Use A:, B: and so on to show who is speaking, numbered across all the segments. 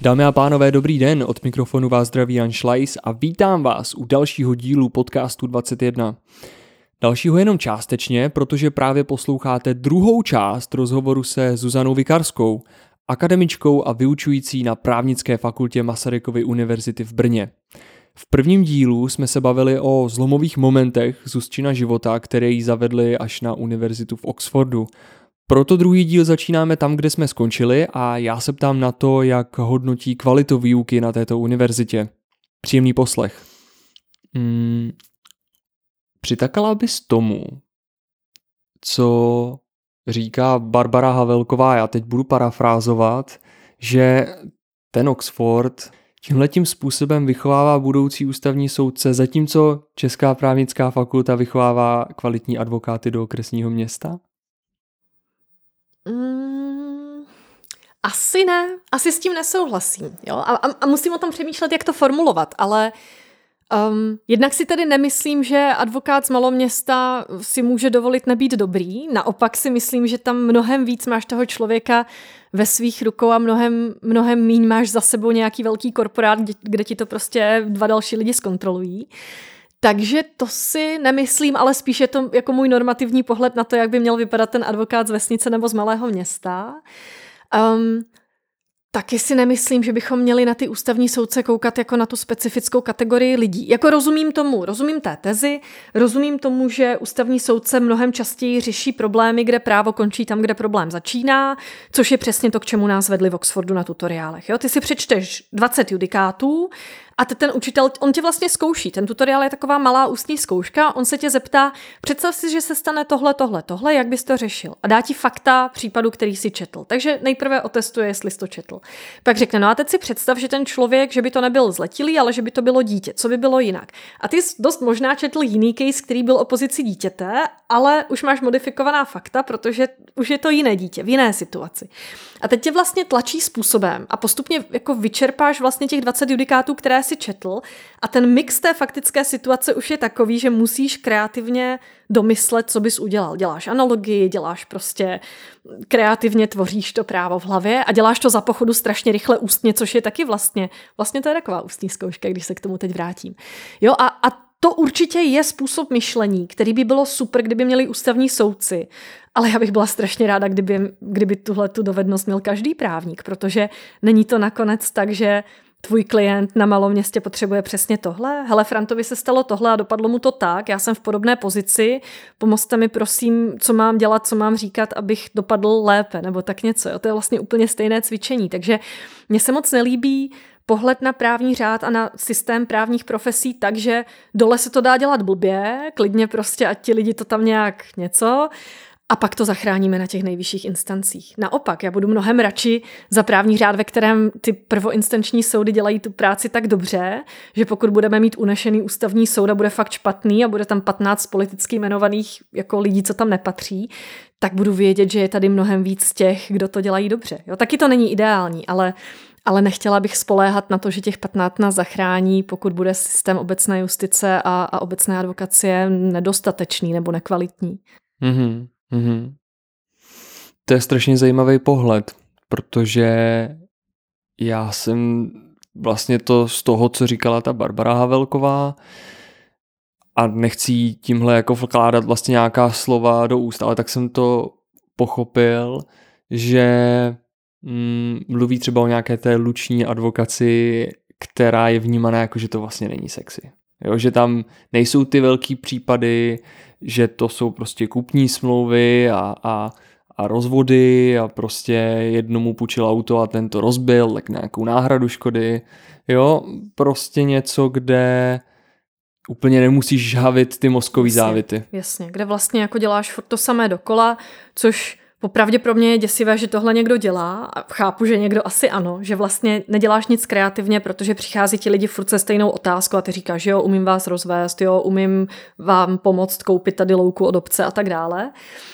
A: Dámy a pánové, dobrý den, od mikrofonu vás zdraví Jan Šlajs a vítám vás u dalšího dílu podcastu 21. Dalšího jenom částečně, protože právě posloucháte druhou část rozhovoru se Zuzanou Vikarskou, akademičkou a vyučující na Právnické fakultě Masarykovy univerzity v Brně. V prvním dílu jsme se bavili o zlomových momentech Zuzčina života, které ji zavedly až na univerzitu v Oxfordu. Proto druhý díl začínáme tam, kde jsme skončili a já se ptám na to, jak hodnotí kvalitu výuky na této univerzitě. Příjemný poslech. Přitakala bys tomu, co říká Barbara Havelková, já teď budu parafrázovat, že ten Oxford tímhletím způsobem vychovává budoucí ústavní soudce, zatímco Česká právnická fakulta vychovává kvalitní advokáty do okresního města?
B: Asi ne, asi s tím nesouhlasím. Jo? A musím o tom přemýšlet, jak to formulovat, ale jednak si tedy nemyslím, že advokát z maloměsta si může dovolit nebýt dobrý, naopak si myslím, že tam mnohem víc máš toho člověka ve svých rukou a mnohem míň máš za sebou nějaký velký korporát, kde ti to prostě dva další lidi zkontrolují. Takže to si nemyslím, ale spíš je to jako můj normativní pohled na to, jak by měl vypadat ten advokát z vesnice nebo z malého města. Taky si nemyslím, že bychom měli na ty ústavní soudce koukat jako na tu specifickou kategorii lidí. Jako rozumím té tezi, rozumím tomu, že ústavní soudce mnohem častěji řeší problémy, kde právo končí tam, kde problém začíná, což je přesně to, k čemu nás vedli v Oxfordu na tutoriálech. Jo? Ty si přečteš 20 judikátů a ten učitel, on tě vlastně zkouší. Ten tutoriál je taková malá ústní zkouška, on se tě zeptá, představ si, že se stane tohle, jak bys to řešil? A dá ti fakta případu, který jsi četl. Takže nejprve otestuje, jestli jsi to četl. Pak řekne, no a teď si představ, že ten člověk, že by to nebyl zletilý, ale že by to bylo dítě. Co by bylo jinak? A ty jsi dost možná četl jiný case, který byl o pozici dítěte, ale už máš modifikovaná fakta, protože už je to jiné dítě, v jiné situaci. A teď tě vlastně tlačí způsobem a postupně jako vyčerpáš vlastně těch 20 judikátů, které si četl a ten mix té faktické situace už je takový, že musíš kreativně domyslet, co bys udělal. Děláš analogii, děláš prostě kreativně tvoříš to právo v hlavě a děláš to za pochodu strašně rychle ústně, což je taky vlastně to je taková ústní zkouška, když se k tomu teď vrátím. Jo, a to určitě je způsob myšlení, který by bylo super, kdyby měli ústavní soudci, ale já bych byla strašně ráda, kdyby tu dovednost měl každý právník, protože není to nakonec tak, že tvůj klient na malom městě potřebuje přesně tohle. Hele, Frantovi se stalo tohle a dopadlo mu to tak, já jsem v podobné pozici, pomozte mi prosím, co mám dělat, co mám říkat, abych dopadl lépe, nebo tak něco. Jo? To je vlastně úplně stejné cvičení, takže mně se moc nelíbí pohled na právní řád a na systém právních profesí tak, že dole se to dá dělat blbě, klidně prostě, ať ti lidi to tam nějak něco, a pak to zachráníme na těch nejvyšších instancích. Naopak, já budu mnohem radši za právní řád, ve kterém ty prvoinstanční soudy dělají tu práci tak dobře, že pokud budeme mít unešený ústavní soud a bude fakt špatný a bude tam 15 politicky jmenovaných jako lidí, co tam nepatří, tak budu vědět, že je tady mnohem víc těch, kdo to dělají dobře. Jo, taky to není ideální, ale nechtěla bych spoléhat na to, že těch 15 nás zachrání, pokud bude systém obecné justice a obecné advokacie nedostatečný nebo nekvalitní.
A: To je strašně zajímavý pohled, protože já jsem vlastně to z toho, co říkala ta Barbara Havelková, a nechci jí tímhle jako vkládat vlastně nějaká slova do úst, ale tak jsem to pochopil, že mluví třeba o nějaké té luční advokaci, která je vnímaná jako, že to vlastně není sexy. Jo, že tam nejsou ty velký případy, že to jsou prostě kupní smlouvy a rozvody a prostě jednomu půjčil auto a ten to rozbil, tak nějakou náhradu škody. Jo, prostě něco, kde úplně nemusíš žhavit ty mozkový závity.
B: Jasně, kde vlastně jako děláš furt to samé dokola, což popravdě pro mě je děsivé, že tohle někdo dělá a chápu, že někdo asi ano, že vlastně neděláš nic kreativně, protože přichází ti lidi furt se stejnou otázkou a ty říkáš, jo, umím vás rozvést, jo, umím vám pomoct koupit tady louku od obce a tak dále.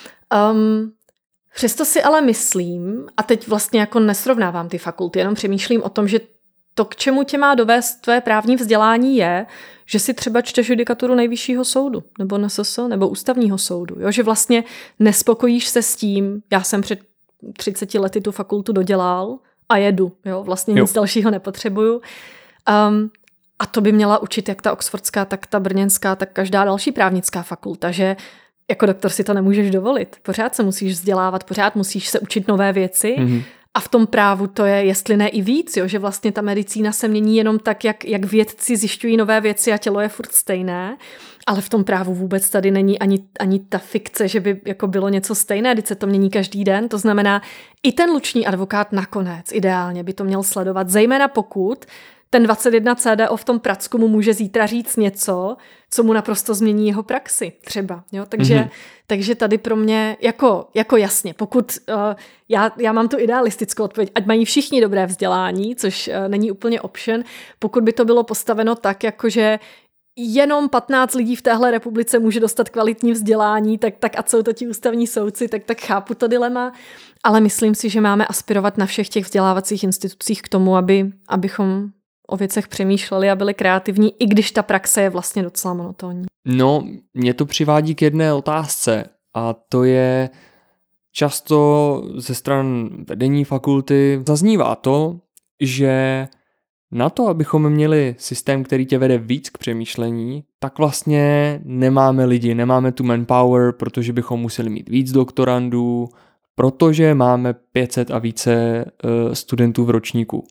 B: Přesto si ale myslím, a teď vlastně jako nesrovnávám ty fakulty, jenom přemýšlím o tom, že to, k čemu tě má dovést tvé právní vzdělání je, že si třeba čteš judikaturu Nejvyššího soudu, nebo NSS, nebo Ústavního soudu. Jo? Že vlastně nespokojíš se s tím, já jsem před 30 lety tu fakultu dodělal a jedu. Jo? Vlastně nic dalšího nepotřebuju. A to by měla učit jak ta oxfordská, tak ta brněnská, tak každá další právnická fakulta, že jako doktor si to nemůžeš dovolit. Pořád se musíš vzdělávat, pořád musíš se učit nové věci. A v tom právu to je, jestli ne i víc, jo? Že vlastně ta medicína se mění jenom tak, jak vědci zjišťují nové věci a tělo je furt stejné. Ale v tom právu vůbec tady není ani ta fikce, že by jako bylo něco stejné, když se to mění každý den. To znamená, i ten luční advokát nakonec ideálně by to měl sledovat, zejména pokud ten 21 CDO v tom pracku mu může zítra říct něco, co mu naprosto změní jeho praxi třeba. Jo? Takže tady pro mě jako jasně, pokud já mám tu idealistickou odpověď, ať mají všichni dobré vzdělání, což není úplně option, pokud by to bylo postaveno tak, jakože jenom 15 lidí v téhle republice může dostat kvalitní vzdělání, tak a jsou to ti ústavní soudci, tak chápu to dilema, ale myslím si, že máme aspirovat na všech těch vzdělávacích institucích k tomu, abychom o věcech přemýšleli a byli kreativní, i když ta praxe je vlastně docela monotónní.
A: No, mě to přivádí k jedné otázce a to je často ze stran vedení fakulty zaznívá to, že na to, abychom měli systém, který tě vede víc k přemýšlení, tak vlastně nemáme lidi, nemáme tu manpower, protože bychom museli mít víc doktorandů, protože máme 500 a více studentů v ročníku.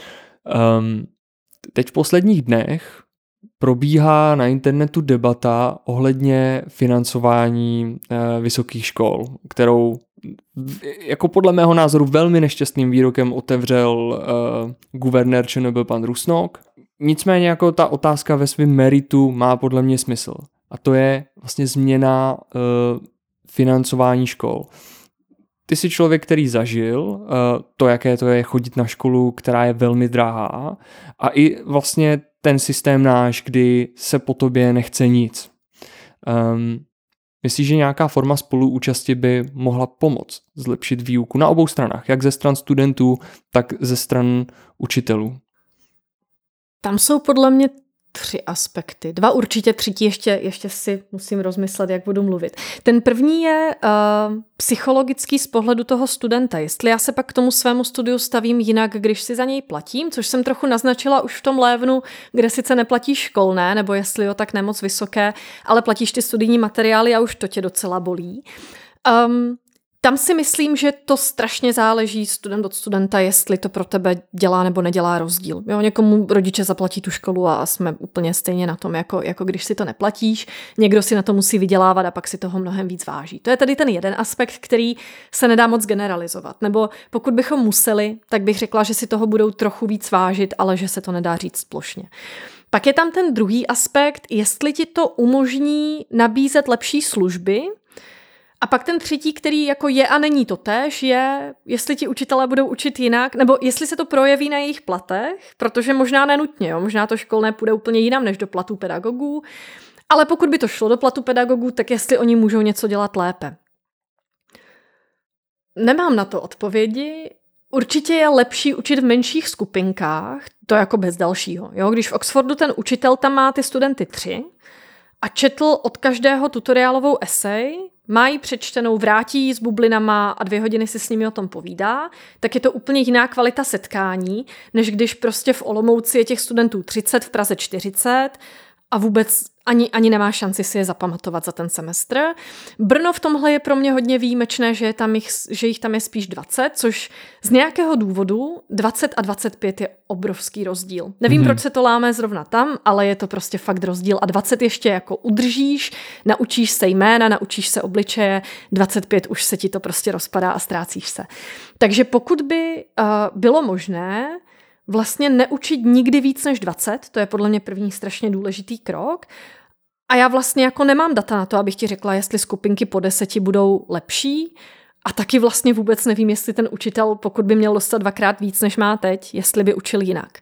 A: Teď v posledních dnech probíhá na internetu debata ohledně financování vysokých škol, kterou jako podle mého názoru velmi nešťastným výrokem otevřel guvernér ČNB pan Rusnok. Nicméně jako ta otázka ve svém meritu má podle mě smysl. A to je vlastně změna financování škol. Ty jsi člověk, který zažil to, jaké to je chodit na školu, která je velmi drahá, a i vlastně ten systém náš, kdy se po tobě nechce nic. Myslíš, že nějaká forma spoluúčasti by mohla pomoct zlepšit výuku na obou stranách, jak ze stran studentů, tak ze stran učitelů?
B: Tam jsou podle mě 3 aspekty. 2 určitě, 3 ještě si musím rozmyslet, jak budu mluvit. Ten první je psychologický z pohledu toho studenta. Jestli já se pak k tomu svému studiu stavím jinak, když si za něj platím, což jsem trochu naznačila už v tom lévnu, kde sice neplatíš školné, nebo jestli jo, tak nemoc vysoké, ale platíš ty studijní materiály a už to tě docela bolí. Tam si myslím, že to strašně záleží student od studenta, jestli to pro tebe dělá nebo nedělá rozdíl. Jo, někomu rodiče zaplatí tu školu a jsme úplně stejně na tom, jako když si to neplatíš. Někdo si na to musí vydělávat a pak si toho mnohem víc váží. To je tady ten jeden aspekt, který se nedá moc generalizovat. Nebo pokud bychom museli, tak bych řekla, že si toho budou trochu víc vážit, ale že se to nedá říct plošně. Pak je tam ten druhý aspekt, jestli ti to umožní nabízet lepší služby. A pak ten třetí, který jako je a není totéž, je, jestli ti učitelé budou učit jinak, nebo jestli se to projeví na jejich platech, protože možná nenutně, jo, možná to školné půjde úplně jinam než do platů pedagogů, ale pokud by to šlo do platu pedagogů, tak jestli oni můžou něco dělat lépe. Nemám na to odpovědi. Určitě je lepší učit v menších skupinkách, to jako bez dalšího. Jo? Když v Oxfordu ten učitel tam má ty studenty 3 a četl od každého tutoriálovou esej, má ji přečtenou, vrátí ji s bublinama a 2 hodiny si s nimi o tom povídá, tak je to úplně jiná kvalita setkání, než když prostě v Olomouci je těch studentů 30, v Praze 40 a vůbec ani nemá šanci si je zapamatovat za ten semestr. Brno v tomhle je pro mě hodně výjimečné, že jich tam je spíš 20, což z nějakého důvodu 20 a 25 je obrovský rozdíl. Nevím, proč se to láme zrovna tam, ale je to prostě fakt rozdíl. A 20 ještě jako udržíš, naučíš se jména, naučíš se obličeje, 25 už se ti to prostě rozpadá a ztrácíš se. Takže pokud by bylo možné vlastně neučit nikdy víc než 20, to je podle mě první strašně důležitý krok. A já vlastně jako nemám data na to, abych ti řekla, jestli skupinky po 10 budou lepší. A taky vlastně vůbec nevím, jestli ten učitel, pokud by měl dostat 2krát víc, než má teď, jestli by učil jinak.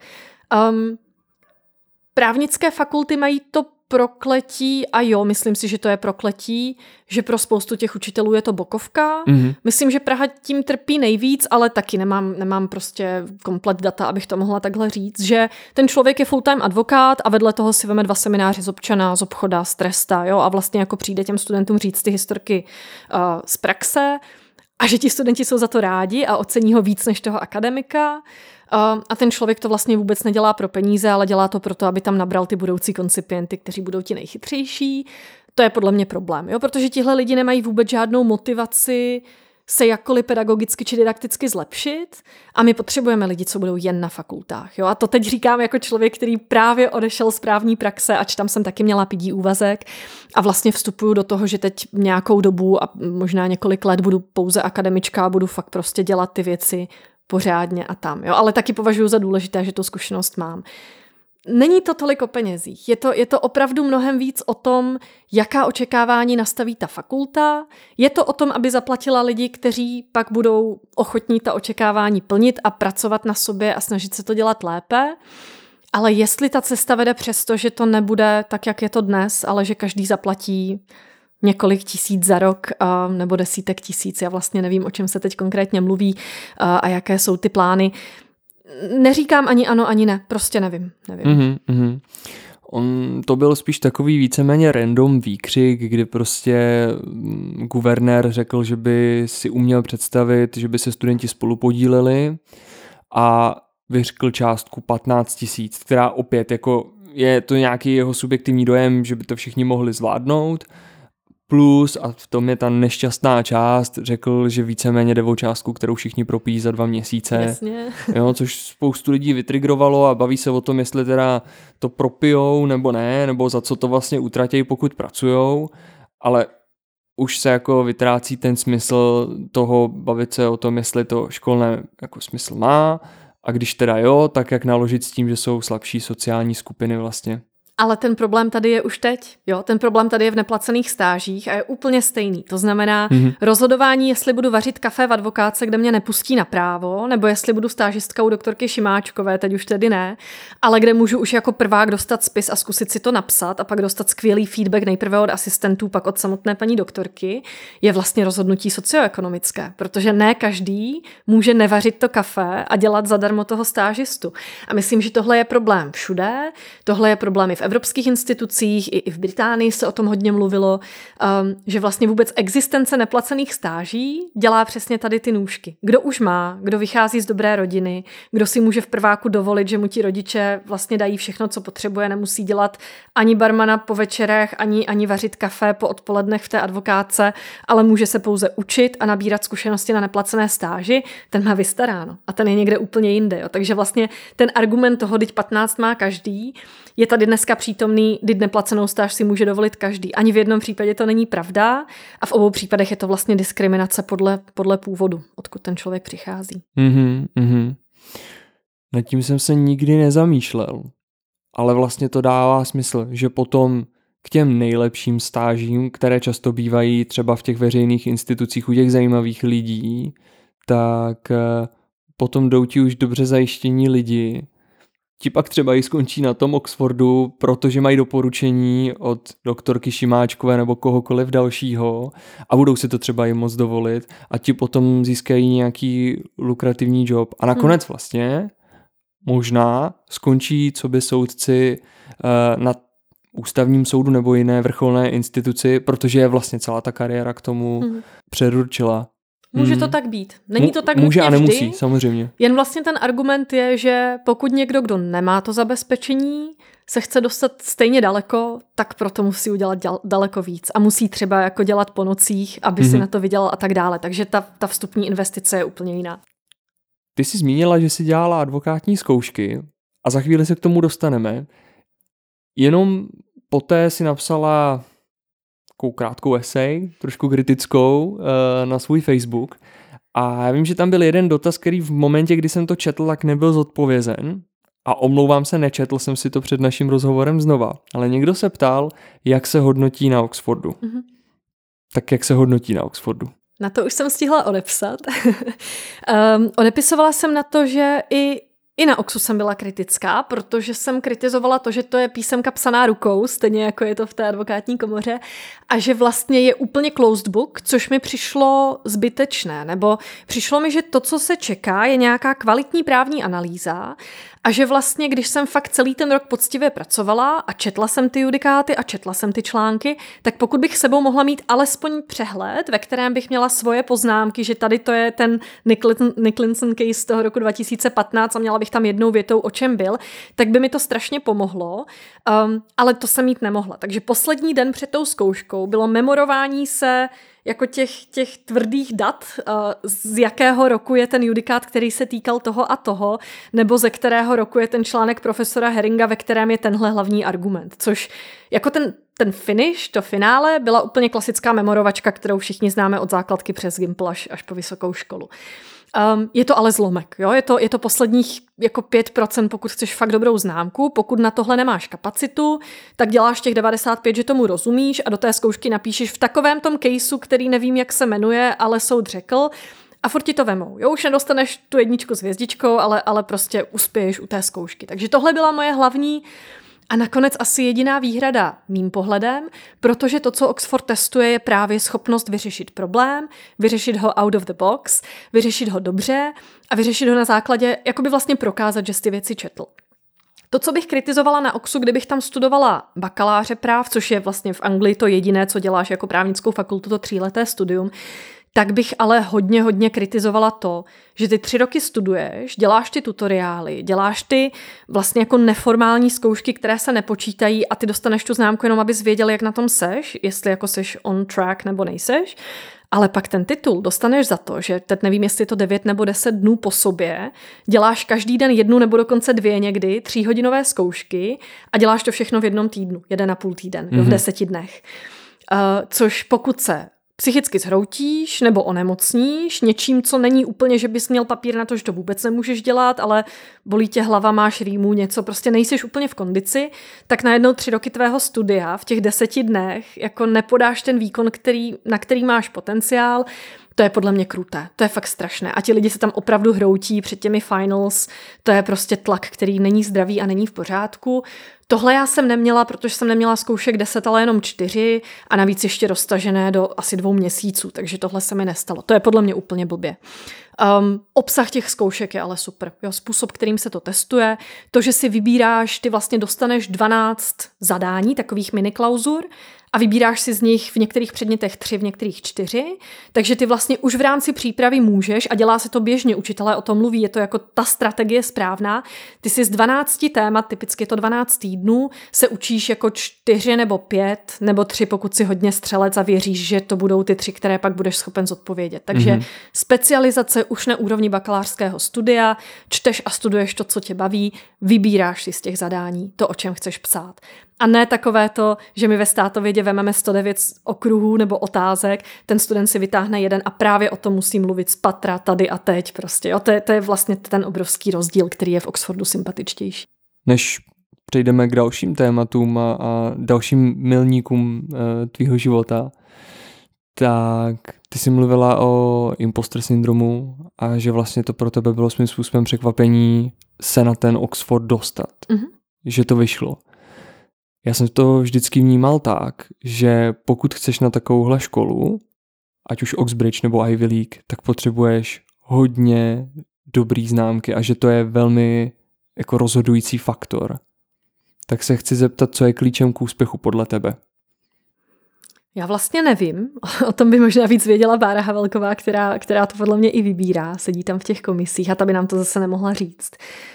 B: Právnické fakulty mají to prokletí, a jo, myslím si, že to je prokletí, že pro spoustu těch učitelů je to bokovka. Myslím, že Praha tím trpí nejvíc, ale taky nemám prostě komplet data, abych to mohla takhle říct, že ten člověk je full-time advokát a vedle toho si veme 2 semináře z občana, z obchoda, z tresta, jo, a vlastně jako přijde těm studentům říct ty historky z praxe. a že ti studenti jsou za to rádi a ocení ho víc než toho akademika. A ten člověk to vlastně vůbec nedělá pro peníze, ale dělá to proto, aby tam nabral ty budoucí koncipienty, kteří budou ti nejchytřejší. To je podle mě problém, jo? Protože tihle lidi nemají vůbec žádnou motivaci se jakkoliv pedagogicky či didakticky zlepšit a my potřebujeme lidi, co budou jen na fakultách. Jo? A to teď říkám jako člověk, který právě odešel z právní praxe, ač tam jsem taky měla pidí úvazek a vlastně vstupuju do toho, že teď nějakou dobu a možná několik let budu pouze akademička a budu fakt prostě dělat ty věci pořádně a tam. Jo? Ale taky považuji za důležité, že tu zkušenost mám. Není to tolik o penězích. Je to opravdu mnohem víc o tom, jaká očekávání nastaví ta fakulta. Je to o tom, aby zaplatila lidi, kteří pak budou ochotní ta očekávání plnit a pracovat na sobě a snažit se to dělat lépe. Ale jestli ta cesta vede přesto, že to nebude tak, jak je to dnes, ale že každý zaplatí několik tisíc za rok nebo desítek tisíc, já vlastně nevím, o čem se teď konkrétně mluví a jaké jsou ty plány. Neříkám ani ano, ani ne, prostě nevím.
A: To byl spíš takový víceméně random výkřik, kdy prostě guvernér řekl, že by si uměl představit, že by se studenti spolu podíleli a vyřkl částku 15 000, která opět jako je to nějaký jeho subjektivní dojem, že by to všichni mohli zvládnout. Plus, a v tom je ta nešťastná část, řekl, že víceméně jde o částku, kterou všichni propíjí za 2 měsíce.
B: Jasně.
A: Jo, což spoustu lidí vytrigrovalo a baví se o tom, jestli teda to propijou nebo ne, nebo za co to vlastně utratějí, pokud pracujou, ale už se jako vytrácí ten smysl toho bavit se o tom, jestli to školné jako smysl má a když teda jo, tak jak naložit s tím, že jsou slabší sociální skupiny vlastně.
B: Ale ten problém tady je už teď. Jo? Ten problém tady je v neplacených stážích a je úplně stejný. To znamená rozhodování, jestli budu vařit kafe v advokátce, kde mě nepustí na právo, nebo jestli budu stážistkou doktorky Šimáčkové, teď už tedy ne, ale kde můžu už jako prvák dostat spis a zkusit si to napsat a pak dostat skvělý feedback nejprve od asistentů, pak od samotné paní doktorky, je vlastně rozhodnutí socioekonomické, protože ne každý může nevařit to kafe a dělat zadarmo toho stážistu. A myslím, že tohle je problém všude, tohle je problém i v evropských institucích, i v Británii se o tom hodně mluvilo, že vlastně vůbec existence neplacených stáží dělá přesně tady ty nůžky. Kdo už má, kdo vychází z dobré rodiny, kdo si může v prváku dovolit, že mu ti rodiče vlastně dají všechno, co potřebuje, nemusí dělat ani barmana po večerech, ani vařit kafe po odpolednech v té advokátce, ale může se pouze učit a nabírat zkušenosti na neplacené stáži, ten má vystaráno a ten je někde úplně jinde. Jo. Takže vlastně ten argument toho, teď 15 má každý, je tady dneska přítomný, kdy neplacenou stáž si může dovolit každý. Ani v jednom případě to není pravda a v obou případech je to vlastně diskriminace podle původu, odkud ten člověk přichází.
A: Nad tím jsem se nikdy nezamýšlel, ale vlastně to dává smysl, že potom k těm nejlepším stážím, které často bývají třeba v těch veřejných institucích u těch zajímavých lidí, tak potom jdou ti už dobře zajištění lidi. Ti pak třeba i skončí na tom Oxfordu, protože mají doporučení od doktorky Šimáčkové nebo kohokoliv dalšího a budou si to třeba i moc dovolit a ti potom získají nějaký lukrativní job. A nakonec vlastně možná skončí coby soudci na ústavním soudu nebo jiné vrcholné instituci, protože je vlastně celá ta kariéra k tomu předurčila.
B: Může to tak být. Není to tak
A: může a nemusí,
B: vždy.
A: samozřejmě.
B: Jen vlastně ten argument je, že pokud někdo, kdo nemá to zabezpečení, se chce dostat stejně daleko, tak proto musí udělat daleko víc. A musí třeba jako dělat po nocích, aby si na to vydělal a tak dále. Takže ta vstupní investice je úplně jiná.
A: Ty jsi zmínila, že jsi dělala advokátní zkoušky a za chvíli se k tomu dostaneme. Jenom poté si napsala takovou krátkou esej, trošku kritickou na svůj Facebook a já vím, že tam byl jeden dotaz, který v momentě, kdy jsem to četl, tak nebyl zodpovězen a omlouvám se, nečetl jsem si to před naším rozhovorem znova, ale někdo se ptal, jak se hodnotí na Oxfordu. Tak jak se hodnotí na Oxfordu?
B: Na to už jsem stihla odepsat. Odepisovala jsem na to, že i I na Oxu jsem byla kritická, protože jsem kritizovala to, že to je písemka psaná rukou, stejně jako je to v té advokátní komoře, a že vlastně je úplně closed book, což mi přišlo zbytečné, nebo přišlo mi, že to, co se čeká, je nějaká kvalitní právní analýza a že vlastně, když jsem fakt celý ten rok poctivě pracovala a četla jsem ty judikáty a četla jsem ty články, tak pokud bych sebou mohla mít alespoň přehled, ve kterém bych měla svoje poznámky, že tady to je ten Nicholson case z toho roku 2015 a měla bych tam jednou větou, o čem byl, tak by mi to strašně pomohlo, ale to jsem mít nemohla. Takže poslední den před tou zkouškou bylo memorování se jako těch tvrdých dat, z jakého roku je ten judikát, který se týkal toho a toho, nebo ze kterého roku je ten článek profesora Heringa, ve kterém je tenhle hlavní argument. Což jako ten finish, to finále, byla úplně klasická memorovačka, kterou všichni známe od základky přes Gimpl až po vysokou školu. Je to ale zlomek, jo? Je to posledních jako 5%, pokud chceš fakt dobrou známku. Pokud na tohle nemáš kapacitu, tak děláš těch 95, že tomu rozumíš a do té zkoušky napíšeš v takovém tom caseu, který nevím, jak se jmenuje, ale soud řekl, a furt ti to vemou. Jo? Už nedostaneš tu 1 s hvězdičkou, ale prostě uspěješ u té zkoušky. Takže tohle byla moje hlavní a nakonec asi jediná výhrada mým pohledem, protože to, co Oxford testuje, je právě schopnost vyřešit problém, vyřešit ho out of the box, vyřešit ho dobře a vyřešit ho na základě, jakoby vlastně prokázat, že jsi ty věci četl. To, co bych kritizovala na Oxu, kdybych tam studovala bakaláře práv, což je vlastně v Anglii to jediné, co děláš jako právnickou fakultu, to 3leté studium, tak bych ale hodně kritizovala to, že ty 3 roky studuješ, děláš ty tutoriály, děláš ty vlastně jako neformální zkoušky, které se nepočítají a ty dostaneš tu známku jenom, abys věděl, jak na tom seš, jestli jako seš on track nebo nejseš, ale pak ten titul dostaneš za to, že teď nevím, jestli je to 9 nebo 10 dnů po sobě, děláš každý den 1 nebo dokonce 2 někdy 3hodinové zkoušky a děláš to všechno v 1 týdnu, 1,5 týden, v 10 dnech. Což pokud se psychicky zhroutíš nebo onemocníš něčím, co není úplně, že bys měl papír na to, že to vůbec nemůžeš dělat, ale bolí tě hlava, máš rýmu, něco, prostě nejsiš úplně v kondici, tak najednou 3 roky tvého studia v těch 10 dnech jako nepodáš ten výkon, na který máš potenciál. To je podle mě kruté, to je fakt strašné. A ti lidi se tam opravdu hroutí před těmi finals, to je prostě tlak, který není zdravý a není v pořádku. Tohle já jsem neměla, protože jsem neměla zkoušek 10, ale jenom 4 a navíc ještě roztažené do asi 2 měsíců, takže tohle se mi nestalo. To je podle mě úplně blbě. Obsah těch zkoušek je ale super. Jo, způsob, kterým se to testuje, to, že si vybíráš, ty vlastně dostaneš 12 zadání, takových miniklauzur, a vybíráš si z nich v některých předmětech 3, v některých 4, takže ty vlastně už v rámci přípravy můžeš, a dělá se to běžně, učitelé o tom mluví, je to jako ta strategie správná, ty si z 12 témat, typicky je to 12 týdnů, se učíš jako 4 nebo 5 nebo 3, pokud si hodně střelec a věříš, že to budou ty 3, které pak budeš schopen zodpovědět. Takže specializace už na úrovni bakalářského studia, čteš a studuješ to, co tě baví, vybíráš si z těch zadání to, o čem chceš psát. A ne takové to, že my ve státovědě vememe 109 okruhů nebo otázek, ten student si vytáhne jeden a právě o tom musí mluvit z patra tady a teď prostě. Jo? To je vlastně ten obrovský rozdíl, který je v Oxfordu sympatičtější.
A: Než přejdeme k dalším tématům a dalším milníkům tvýho života, tak ty jsi mluvila o imposter syndromu a že vlastně to pro tebe bylo svým způsobem překvapení se na ten Oxford dostat. Že to vyšlo. Já jsem to vždycky vnímal tak, že pokud chceš na takovouhle školu, ať už Oxbridge nebo Ivy League, tak potřebuješ hodně dobrý známky a že to je velmi jako rozhodující faktor. Tak se chci zeptat, co je klíčem k úspěchu podle tebe?
B: Já vlastně nevím, o tom by možná víc věděla Bára Havelková, která to podle mě i vybírá, sedí tam v těch komisích a ta by nám to zase nemohla říct.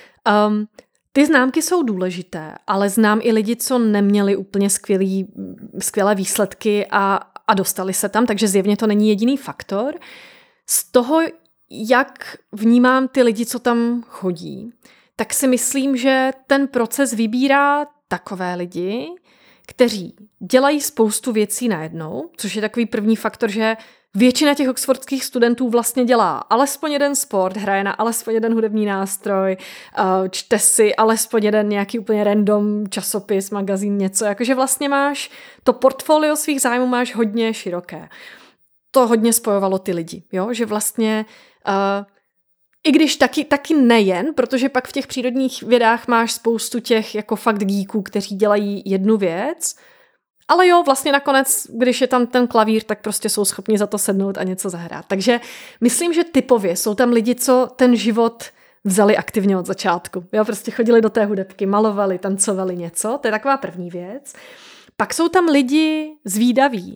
B: Ty známky jsou důležité, ale znám i lidi, co neměli úplně skvělé výsledky a dostali se tam, takže zjevně to není jediný faktor. Z toho, jak vnímám ty lidi, co tam chodí, tak si myslím, že ten proces vybírá takové lidi, kteří dělají spoustu věcí najednou, což je takový první faktor, že většina těch oxfordských studentů vlastně dělá alespoň jeden sport, hraje na alespoň jeden hudební nástroj, čte si alespoň jeden nějaký úplně random časopis, magazín, něco. Jakože vlastně máš to portfolio svých zájmů máš hodně široké. To hodně spojovalo ty lidi, jo? Že vlastně I když taky nejen, protože pak v těch přírodních vědách máš spoustu těch jako fakt geeků, kteří dělají jednu věc, ale jo, vlastně nakonec, když je tam ten klavír, tak prostě jsou schopni za to sednout a něco zahrát. Takže myslím, že typově jsou tam lidi, co ten život vzali aktivně od začátku. Jo, prostě chodili do té hudebky, malovali, tancovali něco, to je taková první věc. Pak jsou tam lidi zvídaví,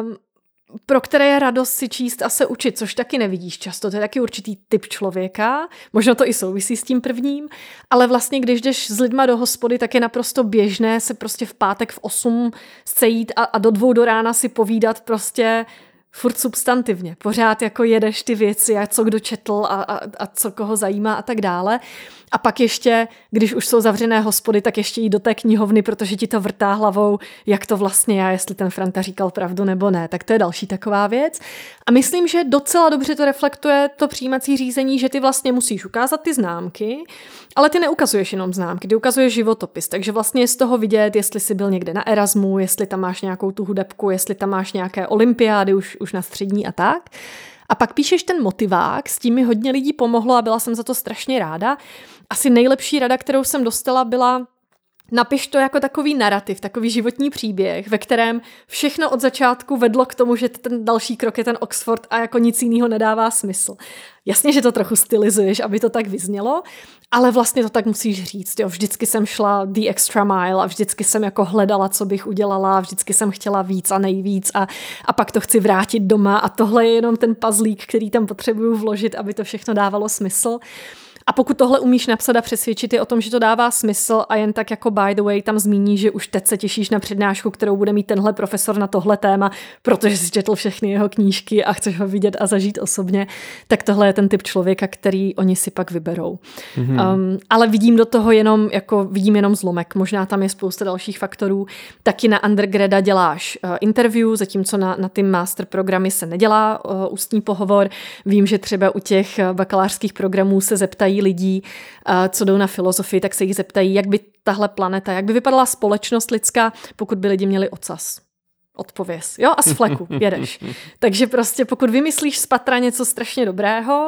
B: pro které je radost si číst a se učit, což taky nevidíš často. To je taky určitý typ člověka, možná to i souvisí s tím prvním, ale vlastně, když jdeš s lidma do hospody, tak je naprosto běžné se prostě v pátek v 8 sejít a do 2 do rána si povídat prostě furt substantivně. Pořád jako jedeš ty věci a co kdo četl a co koho zajímá a tak dále. A pak ještě, když už jsou zavřené hospody, tak ještě jít do té knihovny, protože ti to vrtá hlavou, jak to vlastně je, jestli ten Franta říkal pravdu nebo ne. Tak to je další taková věc. A myslím, že docela dobře to reflektuje to přijímací řízení, že ty vlastně musíš ukázat ty známky, ale ty neukazuješ jenom známky, ty ukazuješ životopis. Takže vlastně je z toho vidět, jestli jsi byl někde na Erasmu, jestli tam máš nějakou tu hudebku, jestli tam máš nějaké olympiády už na střední a tak. A pak píšeš ten motivák, s tím mi hodně lidí pomohlo a byla jsem za to strašně ráda. Asi nejlepší rada, kterou jsem dostala, byla: napiš to jako takový narrativ, takový životní příběh, ve kterém všechno od začátku vedlo k tomu, že ten další krok je ten Oxford a jako nic jiného nedává smysl. Jasně, že to trochu stylizuješ, aby to tak vyznělo, ale vlastně to tak musíš říct. Jo. Vždycky jsem šla the extra mile a vždycky jsem jako hledala, co bych udělala, vždycky jsem chtěla víc a nejvíc a pak to chci vrátit doma a tohle je jenom ten puzzlík, který tam potřebuju vložit, aby to všechno dávalo smysl. A pokud tohle umíš napsat a přesvědčit je o tom, že to dává smysl a jen tak jako by the way tam zmíní, že už teď se těšíš na přednášku, kterou bude mít tenhle profesor na tohle téma, protože jsi četl všechny jeho knížky a chceš ho vidět a zažít osobně, tak tohle je ten typ člověka, který oni si pak vyberou. Mm-hmm. Ale vidím do toho vidím jenom zlomek. Možná tam je spousta dalších faktorů. Taky na undergrada děláš interview, zatímco na ty master programy se nedělá ústní pohovor. Vím, že třeba u těch bakalářských programů se zeptají lidí, co jdou na filozofii, tak se jich zeptají, jak by tahle planeta, jak by vypadala společnost lidská, pokud by lidi měli ocas. Odpověz. Jo, a z fleku jedeš. Takže prostě pokud vymyslíš z patra něco strašně dobrého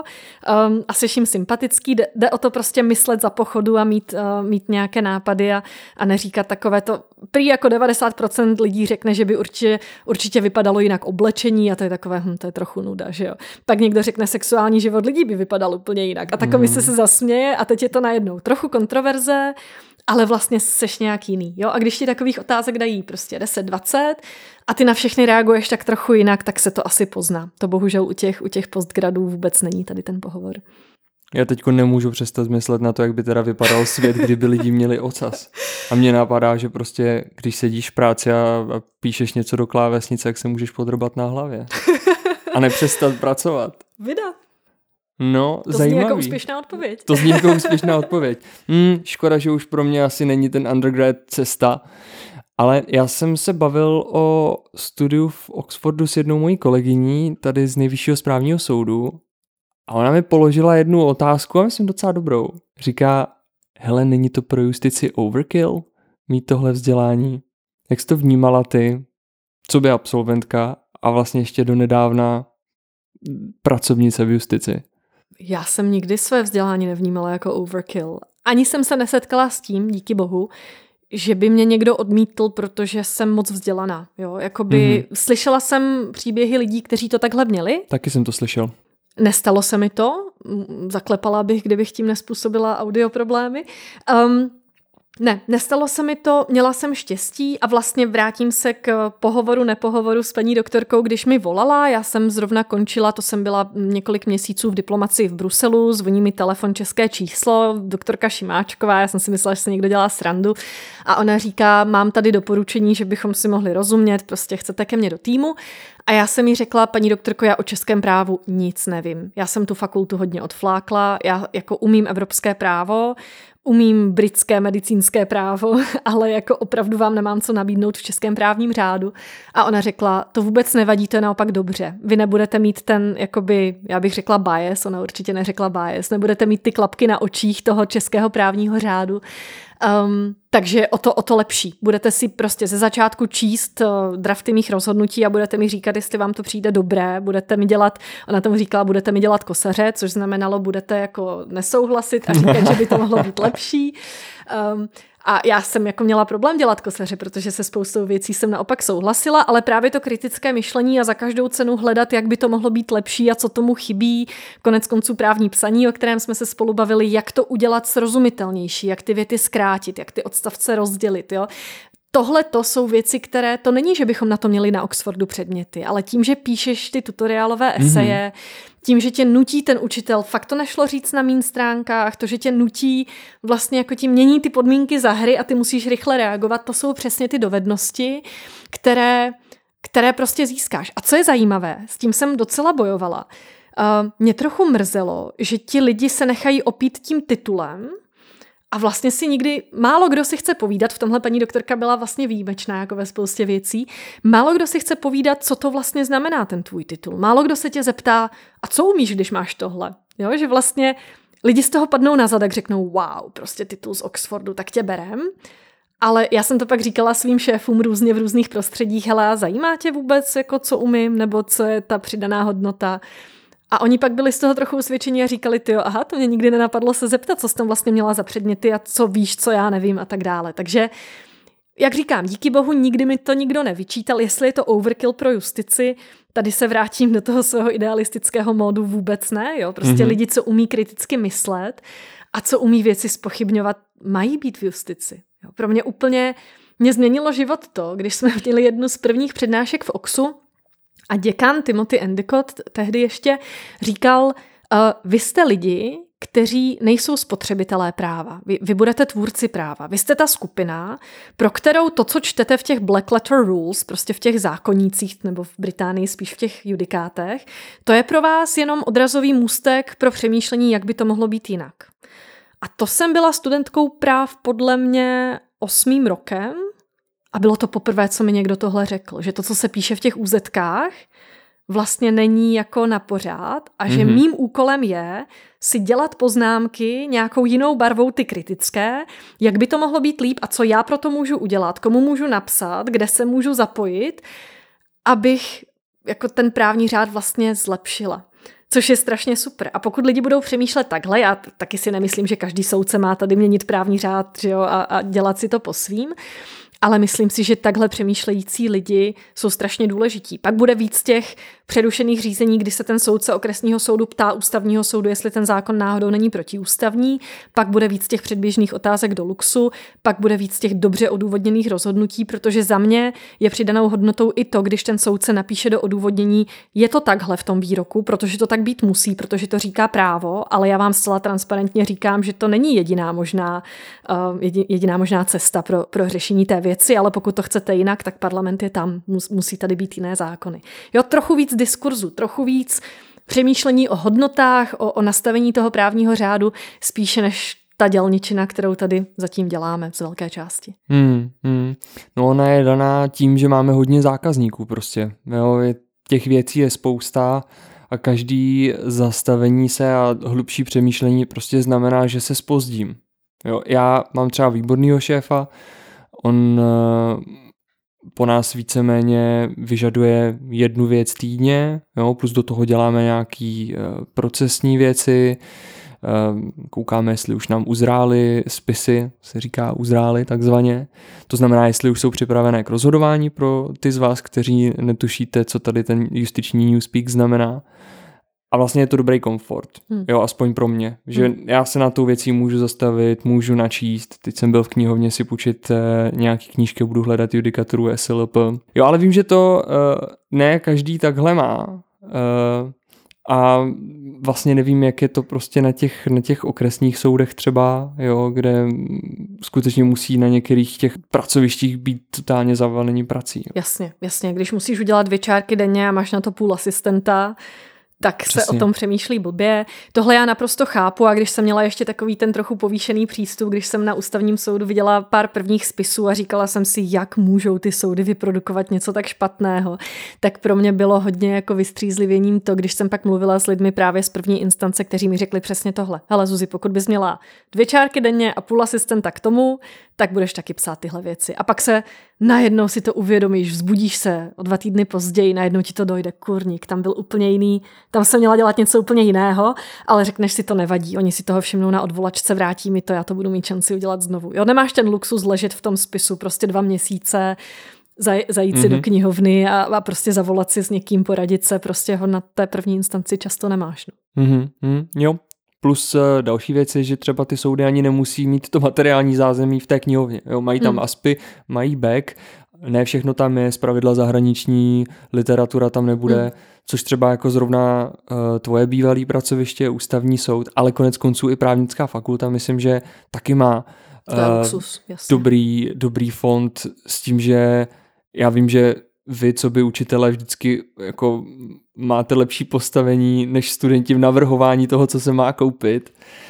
B: a jsi jim sympatický, jde o to prostě myslet za pochodu a mít nějaké nápady a neříkat takové to. Prý jako 90% lidí řekne, že by určitě vypadalo jinak oblečení a to je takové, to je trochu nuda, že jo. Pak někdo řekne, sexuální život lidí by vypadal úplně jinak a takový se zasměje a teď je to najednou trochu kontroverze, ale vlastně seš nějak jiný. Jo? A když ti takových otázek dají prostě 10-20 a ty na všechny reaguješ tak trochu jinak, tak se to asi pozná. To bohužel u těch postgradů vůbec není tady ten pohovor.
A: Já teďko nemůžu přestat myslet na to, jak by teda vypadal svět, kdyby lidi měli ocas. A mně napadá, že prostě, když sedíš v práci a píšeš něco do klávesnice, jak se můžeš podrbat na hlavě. A nepřestat pracovat.
B: Vida.
A: No,
B: to
A: zajímavý.
B: Zní jako úspěšná odpověď.
A: To zní jako úspěšná odpověď. Škoda, že už pro mě asi není ten undergrad cesta, ale já jsem se bavil o studiu v Oxfordu s jednou mojí kolegyní, tady z Nejvyššího správního soudu, a ona mi položila jednu otázku a myslím docela dobrou. Říká, hele, není to pro justici overkill mít tohle vzdělání? Jak jsi to vnímala ty, co by absolventka a vlastně ještě donedávna pracovnice v justici?
B: Já jsem nikdy své vzdělání nevnímala jako overkill. Ani jsem se nesetkala s tím, díky bohu, že by mě někdo odmítl, protože jsem moc vzdělaná. Jo? Jakoby slyšela jsem příběhy lidí, kteří to takhle měli.
A: Taky jsem to slyšel.
B: Nestalo se mi to. Zaklepala bych, kdybych tím nezpůsobila audio problémy. Ne, nestalo se mi to, měla jsem štěstí a vlastně vrátím se k nepohovoru s paní doktorkou, když mi volala, já jsem zrovna končila, to jsem byla několik měsíců v diplomacii v Bruselu, zvoní mi telefon, české číslo, doktorka Šimáčková, já jsem si myslela, že se někdo dělá srandu a ona říká, mám tady doporučení, že bychom si mohli rozumět, prostě chcete ke mně do týmu. A já jsem jí řekla, paní doktorko, já o českém právu nic nevím. Já jsem tu fakultu hodně odflákla, já jako umím evropské právo, umím britské medicínské právo, ale jako opravdu vám nemám co nabídnout v českém právním řádu. A ona řekla, to vůbec nevadí, to je naopak dobře. Vy nebudete mít ten, jakoby, já bych řekla bias, ona určitě neřekla bias, nebudete mít ty klapky na očích toho českého právního řádu. Takže o to lepší. Budete si prostě ze začátku číst drafty mých rozhodnutí a budete mi říkat, jestli vám to přijde dobré, budete mi dělat, ona tomu říkala, budete mi dělat kosaře, což znamenalo, budete jako nesouhlasit a říkat, že by to mohlo být lepší. A já jsem jako měla problém dělat kosaře, protože se spoustou věcí jsem naopak souhlasila, ale právě to kritické myšlení a za každou cenu hledat, jak by to mohlo být lepší a co tomu chybí, konec konců právní psaní, o kterém jsme se spolu bavili, jak to udělat srozumitelnější, jak ty věty zkrátit, jak ty odstavce rozdělit, jo. Tohle to jsou věci, které, to není, že bychom na to měli na Oxfordu předměty, ale tím, že píšeš ty tutoriálové eseje, tím, že tě nutí ten učitel, fakt to nešlo říct na mým stránkách, to, že tě nutí vlastně jako ti mění ty podmínky za hry a ty musíš rychle reagovat, to jsou přesně ty dovednosti, které prostě získáš. A co je zajímavé, s tím jsem docela bojovala. Mě trochu mrzelo, že ti lidi se nechají opít tím titulem, a vlastně si nikdy, málo kdo si chce povídat, v tomhle paní doktorka byla vlastně výjimečná jako ve spoustě věcí, málo kdo si chce povídat, co to vlastně znamená ten tvůj titul. Málo kdo se tě zeptá, a co umíš, když máš tohle? Jo, že vlastně lidi z toho padnou na zadek, řeknou, wow, prostě titul z Oxfordu, tak tě berem. Ale já jsem to pak říkala svým šéfům různě v různých prostředích, hele, zajímá tě vůbec, jako co umím, nebo co je ta přidaná hodnota? A oni pak byli z toho trochu usvědčení a říkali, tyjo, aha, to mě nikdy nenapadlo se zeptat, co jsi tam vlastně měla za předměty a co víš, co já nevím a tak dále. Takže, jak říkám, díky bohu nikdy mi to nikdo nevyčítal, jestli je to overkill pro justici, tady se vrátím do toho svého idealistického módu, vůbec ne, jo, prostě lidi, co umí kriticky myslet a co umí věci zpochybňovat, mají být v justici. Jo. Pro mě změnilo život to, když jsme měli jednu z prvních přednášek v Oxu, a děkan Timothy Endicott tehdy ještě říkal, vy jste lidi, kteří nejsou spotřebitelé práva. Vy budete tvůrci práva. Vy jste ta skupina, pro kterou to, co čtete v těch black letter rules, prostě v těch zákonících, nebo v Británii spíš v těch judikátech, to je pro vás jenom odrazový můstek pro přemýšlení, jak by to mohlo být jinak. A to jsem byla studentkou práv podle mě 8. rokem, a bylo to poprvé, co mi někdo tohle řekl, že to, co se píše v těch úzetkách, vlastně není jako na pořád a že mým úkolem je si dělat poznámky nějakou jinou barvou, ty kritické, jak by to mohlo být líp a co já pro to můžu udělat, komu můžu napsat, kde se můžu zapojit, abych jako ten právní řád vlastně zlepšila. Což je strašně super. A pokud lidi budou přemýšlet takhle, já taky si nemyslím, že každý soudce má tady měnit právní řád, že jo, a dělat si to po svým, ale myslím si, že takhle přemýšlející lidi jsou strašně důležití. Pak bude víc těch přerušených řízení, kdy se ten soudce okresního soudu ptá ústavního soudu, jestli ten zákon náhodou není protiústavní, pak bude víc těch předběžných otázek do luxu, pak bude víc těch dobře odůvodněných rozhodnutí, protože za mě je přidanou hodnotou i to, když ten soudce napíše do odůvodnění, je to takhle v tom výroku, protože to tak být musí, protože to říká právo, ale já vám zcela transparentně říkám, že to není jediná možná cesta pro řešení té věci, ale pokud to chcete jinak, tak parlament je tam, musí tady být jiné zákony. Jo, trochu víc diskurzu, trochu víc přemýšlení o hodnotách, o nastavení toho právního řádu, spíše než ta dělničina, kterou tady zatím děláme z velké části.
A: No ona je daná tím, že máme hodně zákazníků prostě. Jo, těch věcí je spousta a každý zastavení se a hlubší přemýšlení prostě znamená, že se zpozdím. Jo, já mám třeba výbornýho šéfa, on po nás víceméně vyžaduje jednu věc týdně, jo, plus do toho děláme nějaký procesní věci, koukáme, jestli už nám uzrály spisy, se říká uzrály takzvaně. To znamená, jestli už jsou připravené k rozhodování pro ty z vás, kteří netušíte, co tady ten justiční newspeak znamená. A vlastně je to dobrý komfort, jo, aspoň pro mě, že já se na tou věcí můžu zastavit, můžu načíst, teď jsem byl v knihovně si půjčit nějaký knížky, budu hledat judikaturu SLP. Jo, ale vím, že to ne každý takhle má a vlastně nevím, jak je to prostě na těch okresních soudech třeba, jo, kde skutečně musí na některých těch pracovištích být totálně zavalení prací. Jo.
B: Jasně, když musíš udělat 2 čárky denně a máš na to půl asistenta, tak přesně se o tom přemýšlí blbě. Tohle já naprosto chápu a když jsem měla ještě takový ten trochu povýšený přístup, když jsem na ústavním soudu viděla pár prvních spisů a říkala jsem si, jak můžou ty soudy vyprodukovat něco tak špatného, tak pro mě bylo hodně jako vystřízlivěním to, když jsem pak mluvila s lidmi právě z první instance, kteří mi řekli přesně tohle. Hele Zuzi, pokud bys měla 2 čárky denně a půl asistenta k tomu, tak budeš taky psát tyhle věci. A pak se najednou si to uvědomíš, vzbudíš se o 2 týdny později, najednou ti to dojde, kurník, tam byl úplně jiný, tam jsem měla dělat něco úplně jiného, ale řekneš si, to nevadí, oni si toho všimnou na odvolačce, vrátí mi to, já to budu mít šanci udělat znovu. Jo, nemáš ten luxus ležet v tom spisu prostě 2 měsíce, zajít si do knihovny a prostě zavolat si s někým, poradit se, prostě ho na té první instanci často nemáš. No.
A: Jo. Plus další věc je, že třeba ty soudy ani nemusí mít to materiální zázemí v té knihovně. Jo, mají tam ASPy, mají back, ne všechno tam je, zpravidla zahraniční literatura tam nebude, což třeba jako zrovna tvoje bývalý pracoviště, ústavní soud, ale konec konců i právnická fakulta, myslím, že taky má
B: luxus,
A: dobrý fond s tím, že já vím, že vy, co by učitelé, vždycky jako máte lepší postavení než studenti v navrhování toho, co se má koupit.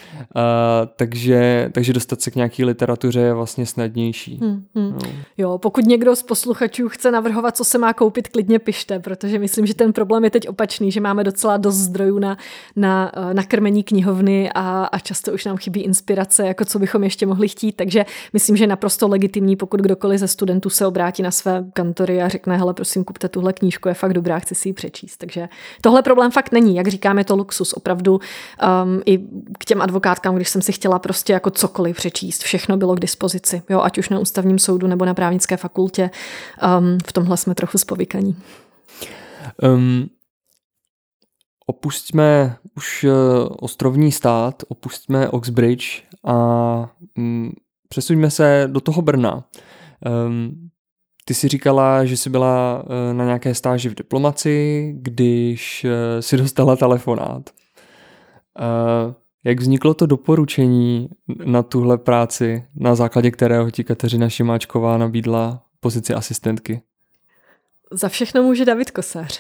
A: Takže dostat se k nějaký literatuře je vlastně snadnější.
B: No. Jo, pokud někdo z posluchačů chce navrhovat, co se má koupit, klidně pište, protože myslím, že ten problém je teď opačný, že máme docela dost zdrojů na nakrmení knihovny a často už nám chybí inspirace, jako co bychom ještě mohli chtít, takže myslím, že je naprosto legitimní, pokud kdokoliv ze studentů se obrátí na své kantory a řekne, hele, prosím, kupte tuhle knížku, je fakt dobrá, chci si ji přečíst. Takže tohle problém fakt není, jak říkám, je to luxus, opravdu i k těm advokátkám, když jsem si chtěla prostě jako cokoliv přečíst, všechno bylo k dispozici, jo, ať už na ústavním soudu nebo na právnické fakultě. V tomhle jsme trochu zpovykaní.
A: Opustíme už ostrovní stát, opustíme Oxbridge a přesuňme se do toho Brna. Ty jsi říkala, že jsi byla na nějaké stáži v diplomaci, když si dostala telefonát. Jak vzniklo to doporučení na tuhle práci, na základě kterého ti Kateřina Šimáčková nabídla pozici asistentky?
B: Za všechno může David Kosař.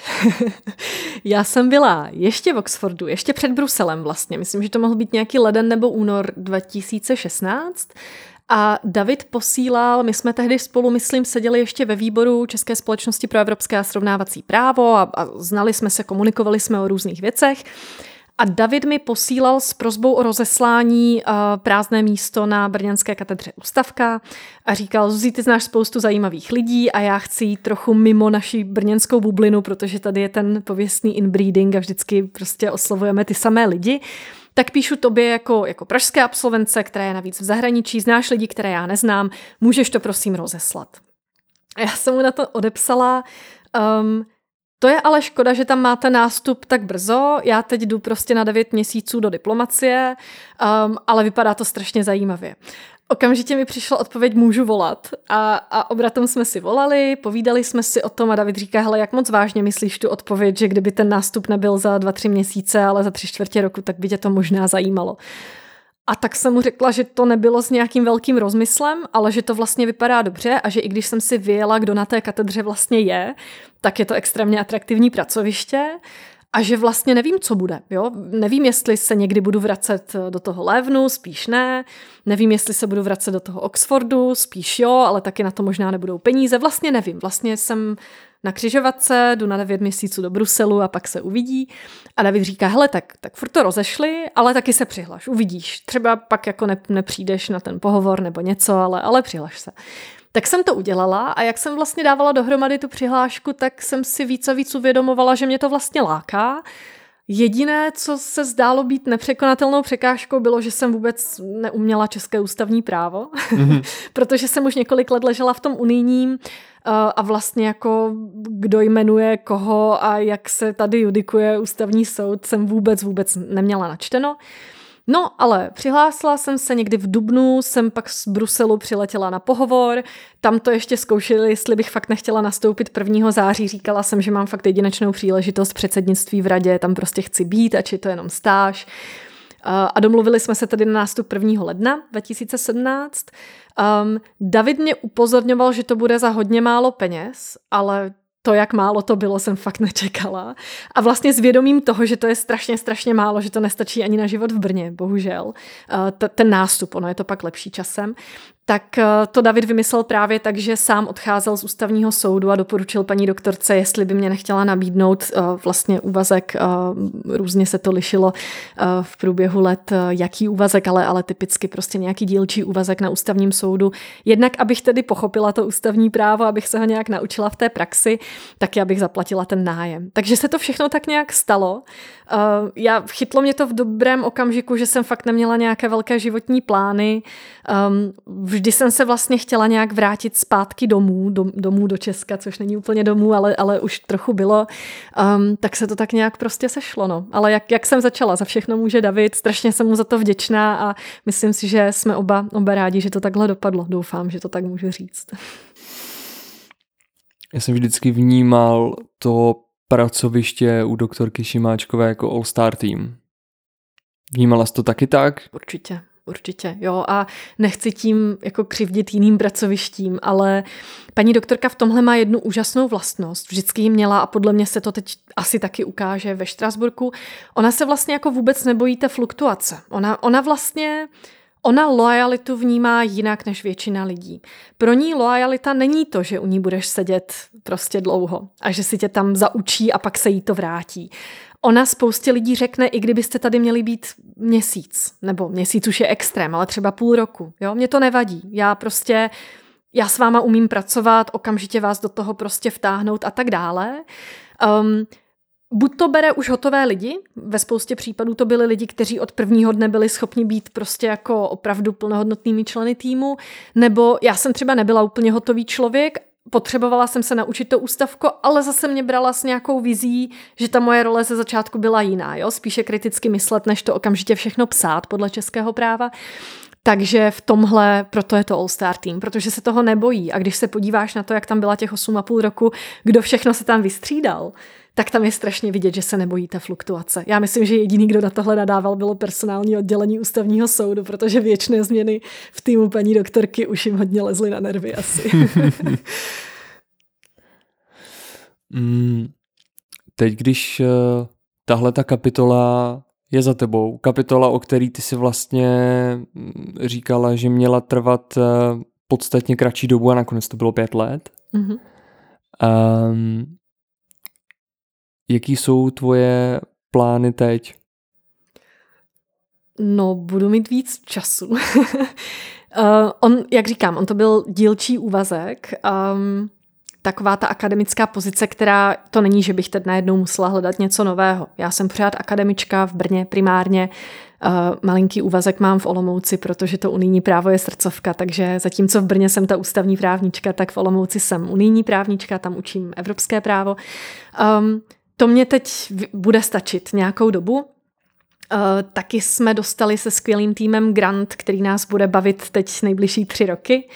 B: Já jsem byla ještě v Oxfordu, ještě před Bruselem vlastně. Myslím, že to mohl být nějaký leden nebo únor 2016. A David posílal, my jsme tehdy spolu, myslím, seděli ještě ve výboru České společnosti pro evropské a srovnávací právo a znali jsme se, komunikovali jsme o různých věcech. A David mi posílal s prosbou o rozeslání prázdné místo na brněnské katedře Ústavka a říkal, Zuzi, ty znáš spoustu zajímavých lidí a já chci jít trochu mimo naši brněnskou bublinu, protože tady je ten pověstný inbreeding a vždycky prostě oslovujeme ty samé lidi. Tak píšu tobě jako pražské absolvence, která je navíc v zahraničí, znáš lidi, které já neznám, můžeš to prosím rozeslat. A já jsem mu na to odepsala, to je ale škoda, že tam máte nástup tak brzo, já teď jdu prostě na 9 měsíců do diplomacie, ale vypadá to strašně zajímavě. Okamžitě mi přišla odpověď, můžu volat a obratem jsme si volali, povídali jsme si o tom a David říká, hele, jak moc vážně myslíš tu odpověď, že kdyby ten nástup nebyl za 2-3 měsíce, ale za 3/4 roku, tak by tě to možná zajímalo. A tak jsem mu řekla, že to nebylo s nějakým velkým rozmyslem, ale že to vlastně vypadá dobře a že i když jsem si vyjela, kdo na té katedře vlastně je, tak je to extrémně atraktivní pracoviště a že vlastně nevím, co bude. Jo? Nevím, jestli se někdy budu vracet do toho Levenu, spíš ne. Nevím, jestli se budu vracet do toho Oxfordu, spíš jo, ale taky na to možná nebudou peníze. Vlastně nevím. Vlastně jsem na křižovatce, jdu na 9 měsíců do Bruselu a pak se uvidí. A David říká, hele, tak furt to rozešli, ale taky se přihlaš, uvidíš. Třeba pak jako nepřijdeš na ten pohovor nebo něco, ale přihlaš se. Tak jsem to udělala a jak jsem vlastně dávala dohromady tu přihlášku, tak jsem si víc a víc uvědomovala, že mě to vlastně láká. Jediné, co se zdálo být nepřekonatelnou překážkou, bylo, že jsem vůbec neuměla české ústavní právo, protože jsem už několik let ležela v tom unijním a vlastně jako kdo jmenuje koho a jak se tady judikuje ústavní soud, jsem vůbec neměla načteno. No, ale přihlásila jsem se někdy v dubnu, jsem pak z Bruselu přiletěla na pohovor, tam to ještě zkoušeli, jestli bych fakt nechtěla nastoupit 1. září, říkala jsem, že mám fakt jedinečnou příležitost předsednictví v radě, tam prostě chci být, ač je to jenom stáž. A domluvili jsme se tedy na nástup 1. ledna 2017. David mě upozorňoval, že to bude za hodně málo peněz, ale to, jak málo to bylo, jsem fakt nečekala. A vlastně s vědomím toho, že to je strašně, strašně málo, že to nestačí ani na život v Brně, bohužel. Ten nástup, ono je to pak lepší časem. Tak to David vymyslel právě tak, že sám odcházel z ústavního soudu a doporučil paní doktorce, jestli by mě nechtěla nabídnout vlastně úvazek. Různě se to lišilo v průběhu let, jaký úvazek, ale typicky prostě nějaký dílčí úvazek na ústavním soudu. Jednak, abych tedy pochopila to ústavní právo, abych se ho nějak naučila v té praxi, taky abych zaplatila ten nájem. Takže se to všechno tak nějak stalo. Chytlo mě to v dobrém okamžiku, že jsem fakt neměla nějaké velké životní plány. Vždy jsem se vlastně chtěla nějak vrátit zpátky domů do Česka, což není úplně domů, ale už trochu bylo. Tak se to tak nějak prostě sešlo. No. Ale jak jsem začala, za všechno může David, strašně jsem mu za to vděčná a myslím si, že jsme oba rádi, že to takhle dopadlo. Doufám, že to tak můžu říct.
A: Já jsem vždycky vnímal to pracoviště u doktorky Šimáčkové jako all-star tým. Vnímala jsi to taky tak?
B: Určitě, jo, a nechci tím jako křivdit jiným pracovištím, ale paní doktorka v tomhle má jednu úžasnou vlastnost. Vždycky ji měla a podle mě se to teď asi taky ukáže ve Štrasburku. Ona se vlastně jako vůbec nebojí té fluktuace. Ona loajalitu vnímá jinak než většina lidí. Pro ní loajalita není to, že u ní budeš sedět prostě dlouho a že si tě tam zaučí a pak se jí to vrátí. Ona spoustě lidí řekne, i kdybyste tady měli být měsíc, nebo měsíc už je extrém, ale třeba půl roku. Jo? Mně to nevadí. Já s váma umím pracovat, okamžitě vás do toho prostě vtáhnout a tak dále. Buď to bere už hotové lidi, ve spoustě případů to byli lidi, kteří od prvního dne byli schopni být prostě jako opravdu plnohodnotnými členy týmu, nebo já jsem třeba nebyla úplně hotový člověk, potřebovala jsem se naučit to ústavko, ale zase mě brala s nějakou vizí, že ta moje role ze začátku byla jiná, jo? Spíše kriticky myslet, než to okamžitě všechno psát podle českého práva. Takže v tomhle, proto je to all-star tým, protože se toho nebojí. A když se podíváš na to, jak tam byla těch 8,5 roku, kdo všechno se tam vystřídal, tak tam je strašně vidět, že se nebojí té fluktuace. Já myslím, že jediný, kdo na tohle nadával, bylo personální oddělení ústavního soudu, protože věčné změny v týmu paní doktorky už jim hodně lezly na nervy asi.
A: Teď, když tahle ta kapitola je za tebou, kapitola, o který ty si vlastně říkala, že měla trvat podstatně kratší dobu a nakonec to bylo 5 let. Mm-hmm. Jaký jsou tvoje plány teď?
B: No, budu mít víc času. Jak říkám, on to byl dílčí úvazek. Taková ta akademická pozice, která to není, že bych teď najednou musela hledat něco nového. Já jsem pořád akademička v Brně primárně. Malinký úvazek mám v Olomouci, protože to unijní právo je srdcovka, takže zatímco v Brně jsem ta ústavní právnička, tak v Olomouci jsem unijní právnička, tam učím evropské právo. To mě teď bude stačit nějakou dobu. Taky jsme dostali se skvělým týmem grant, který nás bude bavit teď nejbližší 3 roky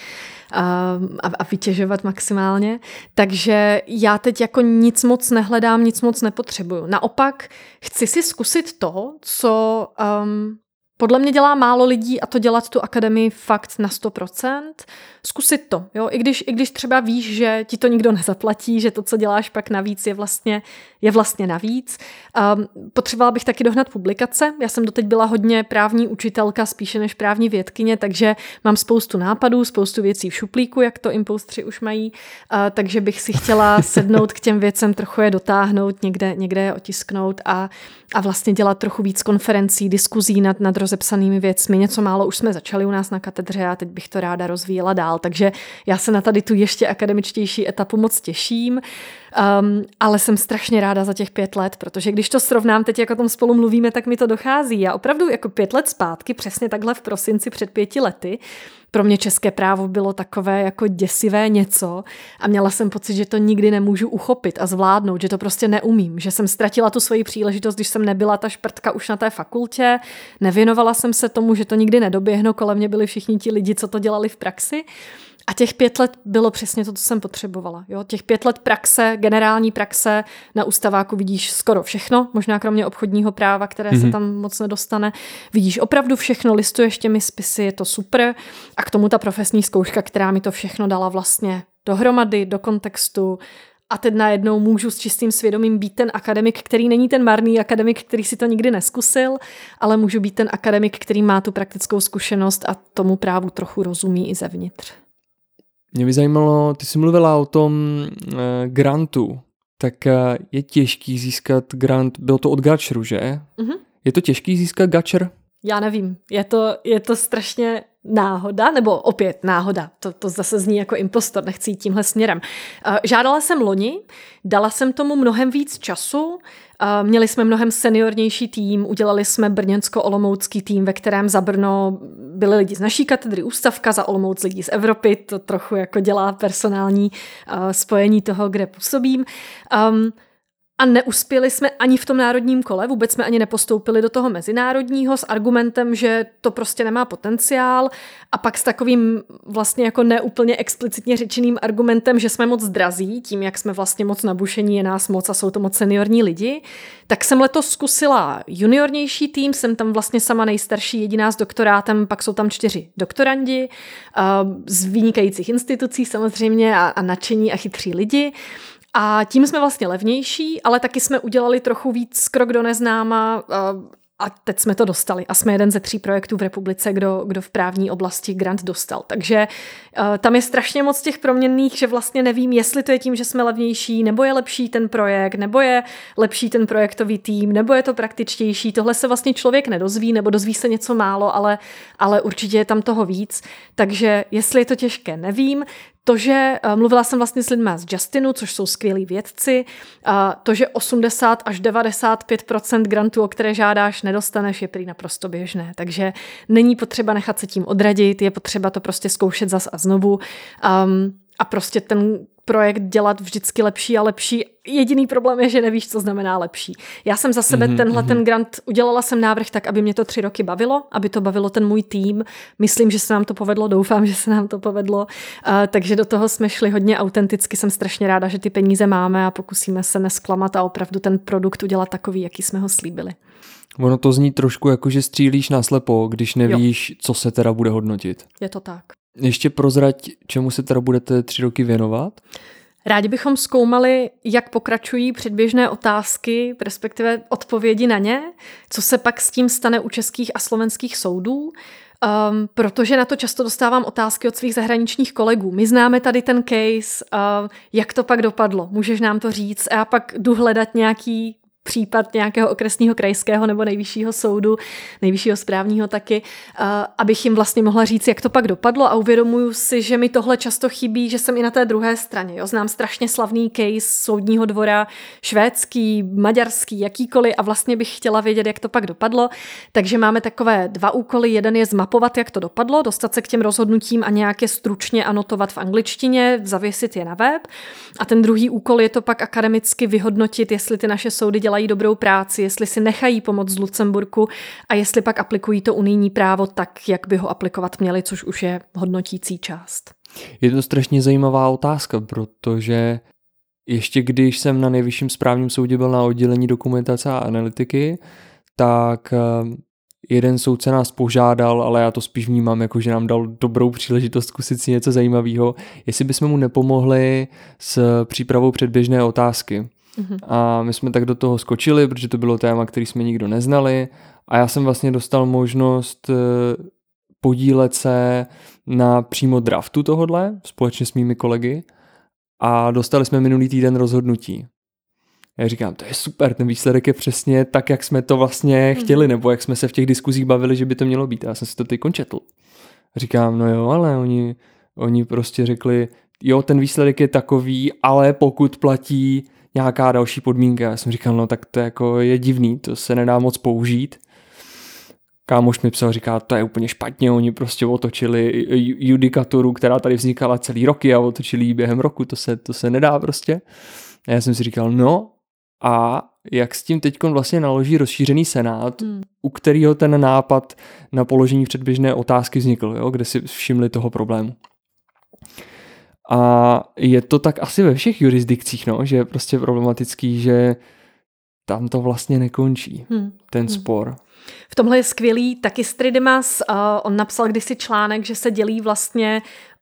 B: a vytěžovat maximálně. Takže já teď jako nic moc nehledám, nic moc nepotřebuju. Naopak chci si zkusit to, co podle mě dělá málo lidí, a to dělat tu akademii fakt na 100%. Zkusit to, jo? I když třeba víš, že ti to nikdo nezaplatí, že to, co děláš pak navíc, je vlastně navíc. Potřebovala bych taky dohnat publikace. Já jsem doteď byla hodně právní učitelka, spíše než právní vědkyně, takže mám spoustu nápadů, spoustu věcí v šuplíku, jak to Impoustři už mají, takže bych si chtěla sednout k těm věcem, trochu je dotáhnout, někde je otisknout a vlastně dělat trochu víc konferencí, diskuzí nad rozepsanými věcmi. Něco málo už jsme začali u nás na katedře a teď bych to ráda rozvíjela dál. Takže já se na tady tu ještě akademičtější etapu moc těším, ale jsem strašně ráda za těch 5 let, protože když to srovnám teď, jak o tom spolu mluvíme, tak mi to dochází. Já opravdu jako 5 let zpátky, přesně takhle v prosinci před 5 lety, pro mě české právo bylo takové jako děsivé něco a měla jsem pocit, že to nikdy nemůžu uchopit a zvládnout, že to prostě neumím, že jsem ztratila tu svoji příležitost, když jsem nebyla ta šprtka už na té fakultě, nevěnovala jsem se tomu, že to nikdy nedoběhnu, kolem mě byli všichni ti lidi, co to dělali v praxi. A těch 5 let bylo přesně to, co jsem potřebovala. Jo? Těch 5 let praxe, generální praxe, na ústaváku vidíš skoro všechno, možná kromě obchodního práva, které se tam moc nedostane. Vidíš opravdu všechno, listuješ těmi spisy, je to super. A k tomu ta profesní zkouška, která mi to všechno dala vlastně dohromady, do kontextu a teď najednou můžu s čistým svědomím být ten akademik, který není ten marný akademik, který si to nikdy neskusil, ale můžu být ten akademik, který má tu praktickou zkušenost a tomu právu trochu rozumí i zevnitř.
A: Mě by zajímalo, ty jsi mluvila o tom grantu, tak je těžký získat grant, bylo to od Gačru, že?
B: Mm-hmm.
A: Je to těžký získat Gačr?
B: Já nevím, je to strašně náhoda, nebo opět náhoda, to zase zní jako impostor, nechci jít tímhle směrem. Žádala jsem loni, dala jsem tomu mnohem víc času, měli jsme mnohem seniornější tým, udělali jsme brněnsko-olomoucký tým, ve kterém za Brno byli lidi z naší katedry Ústavka, za Olomouc lidi z Evropy, to trochu jako dělá personální spojení toho, kde působím. A neuspěli jsme ani v tom národním kole, vůbec jsme ani nepostoupili do toho mezinárodního s argumentem, že to prostě nemá potenciál a pak s takovým vlastně jako neúplně explicitně řečeným argumentem, že jsme moc drazí, tím, jak jsme vlastně moc nabušení, je nás moc a jsou to moc seniorní lidi. Tak jsem letos zkusila juniornější tým, jsem tam vlastně sama nejstarší, jediná s doktorátem, pak jsou tam 4 doktorandi z vynikajících institucí samozřejmě a nadšení a chytří lidi. A tím jsme vlastně levnější, ale taky jsme udělali trochu víc krok do neznáma a teď jsme to dostali. A jsme jeden ze 3 projektů v republice, kdo v právní oblasti grant dostal. Takže tam je strašně moc těch proměnných, že vlastně nevím, jestli to je tím, že jsme levnější, nebo je lepší ten projekt, nebo je lepší ten projektový tým, nebo je to praktičtější. Tohle se vlastně člověk nedozví, nebo dozví se něco málo, ale určitě je tam toho víc. Takže jestli je to těžké, nevím. To, že mluvila jsem vlastně s lidmi z Justinu, což jsou skvělí vědci, to, že 80 až 95% grantů, o které žádáš, nedostaneš, je prý naprosto běžné. Takže není potřeba nechat se tím odradit, je potřeba to prostě zkoušet zas a znovu a prostě ten projekt dělat vždycky lepší a lepší. Jediný problém je, že nevíš, co znamená lepší. Já jsem za sebe ten grant, udělala jsem návrh tak, aby mě to 3 roky bavilo, aby to bavilo ten můj tým. Myslím, že se nám to povedlo, doufám, že se nám to povedlo. Takže do toho jsme šli hodně autenticky. Jsem strašně ráda, že ty peníze máme a pokusíme se nesklamat a opravdu ten produkt udělat takový, jaký jsme ho slíbili.
A: Ono to zní trošku jako, že střílíš naslepo, když nevíš, co se teda bude hodnotit.
B: Je to tak.
A: Ještě prozrať, čemu se teda budete 3 roky věnovat?
B: Rádi bychom zkoumali, jak pokračují předběžné otázky, respektive odpovědi na ně, co se pak s tím stane u českých a slovenských soudů, protože na to často dostávám otázky od svých zahraničních kolegů. My známe tady ten case, jak to pak dopadlo, můžeš nám to říct? A já pak jdu hledat nějaký případ nějakého okresního, krajského nebo nejvyššího soudu, nejvyššího správního taky, abych jim vlastně mohla říct, jak to pak dopadlo a uvědomuju si, že mi tohle často chybí, že jsem i na té druhé straně. Jo? Znám strašně slavný case soudního dvora, švédský, maďarský, jakýkoliv a vlastně bych chtěla vědět, jak to pak dopadlo. Takže máme takové 2 úkoly. Jeden je zmapovat, jak to dopadlo, dostat se k těm rozhodnutím a nějak je stručně anotovat v angličtině, zavěsit je na web. A ten druhý úkol je to pak akademicky vyhodnotit, jestli ty naše soudy dělají dobrou práci, jestli si nechají pomoct z Lucemburku a jestli pak aplikují to unijní právo tak, jak by ho aplikovat měli, což už je hodnotící část.
A: Je to strašně zajímavá otázka, protože ještě když jsem na Nejvyšším správním soudě byl na oddělení dokumentace a analytiky, tak jeden soudce nás požádal, ale já to spíš vnímám jako, že nám dal dobrou příležitost zkusit si něco zajímavého, jestli bychom mu nepomohli s přípravou předběžné otázky. A my jsme tak do toho skočili, protože to bylo téma, který jsme nikdo neznali a já jsem vlastně dostal možnost podílet se na přímo draftu tohodle společně s mými kolegy a dostali jsme minulý týden rozhodnutí. Já říkám, to je super, ten výsledek je přesně tak, jak jsme to vlastně chtěli, nebo jak jsme se v těch diskuzích bavili, že by to mělo být. Já jsem si to teď četl. Říkám, no jo, ale oni prostě řekli, jo, ten výsledek je takový, ale pokud platí nějaká další podmínka. Já jsem říkal, no tak to jako je divný, to se nedá moc použít. Kámoš mi psal, říká, to je úplně špatně, oni prostě otočili judikaturu, která tady vznikala celý roky a otočili ji během roku, to se nedá prostě. A já jsem si říkal, no a jak s tím teďkon vlastně naloží rozšířený senát, u kterého ten nápad na položení předběžné otázky vznikl, jo, kde si všimli toho problému. A je to tak asi ve všech jurisdikcích, no, že je prostě problematický, že tam to vlastně nekončí, ten spor.
B: V tomhle je skvělý taky Stridimas, on napsal kdysi článek, že se dělí vlastně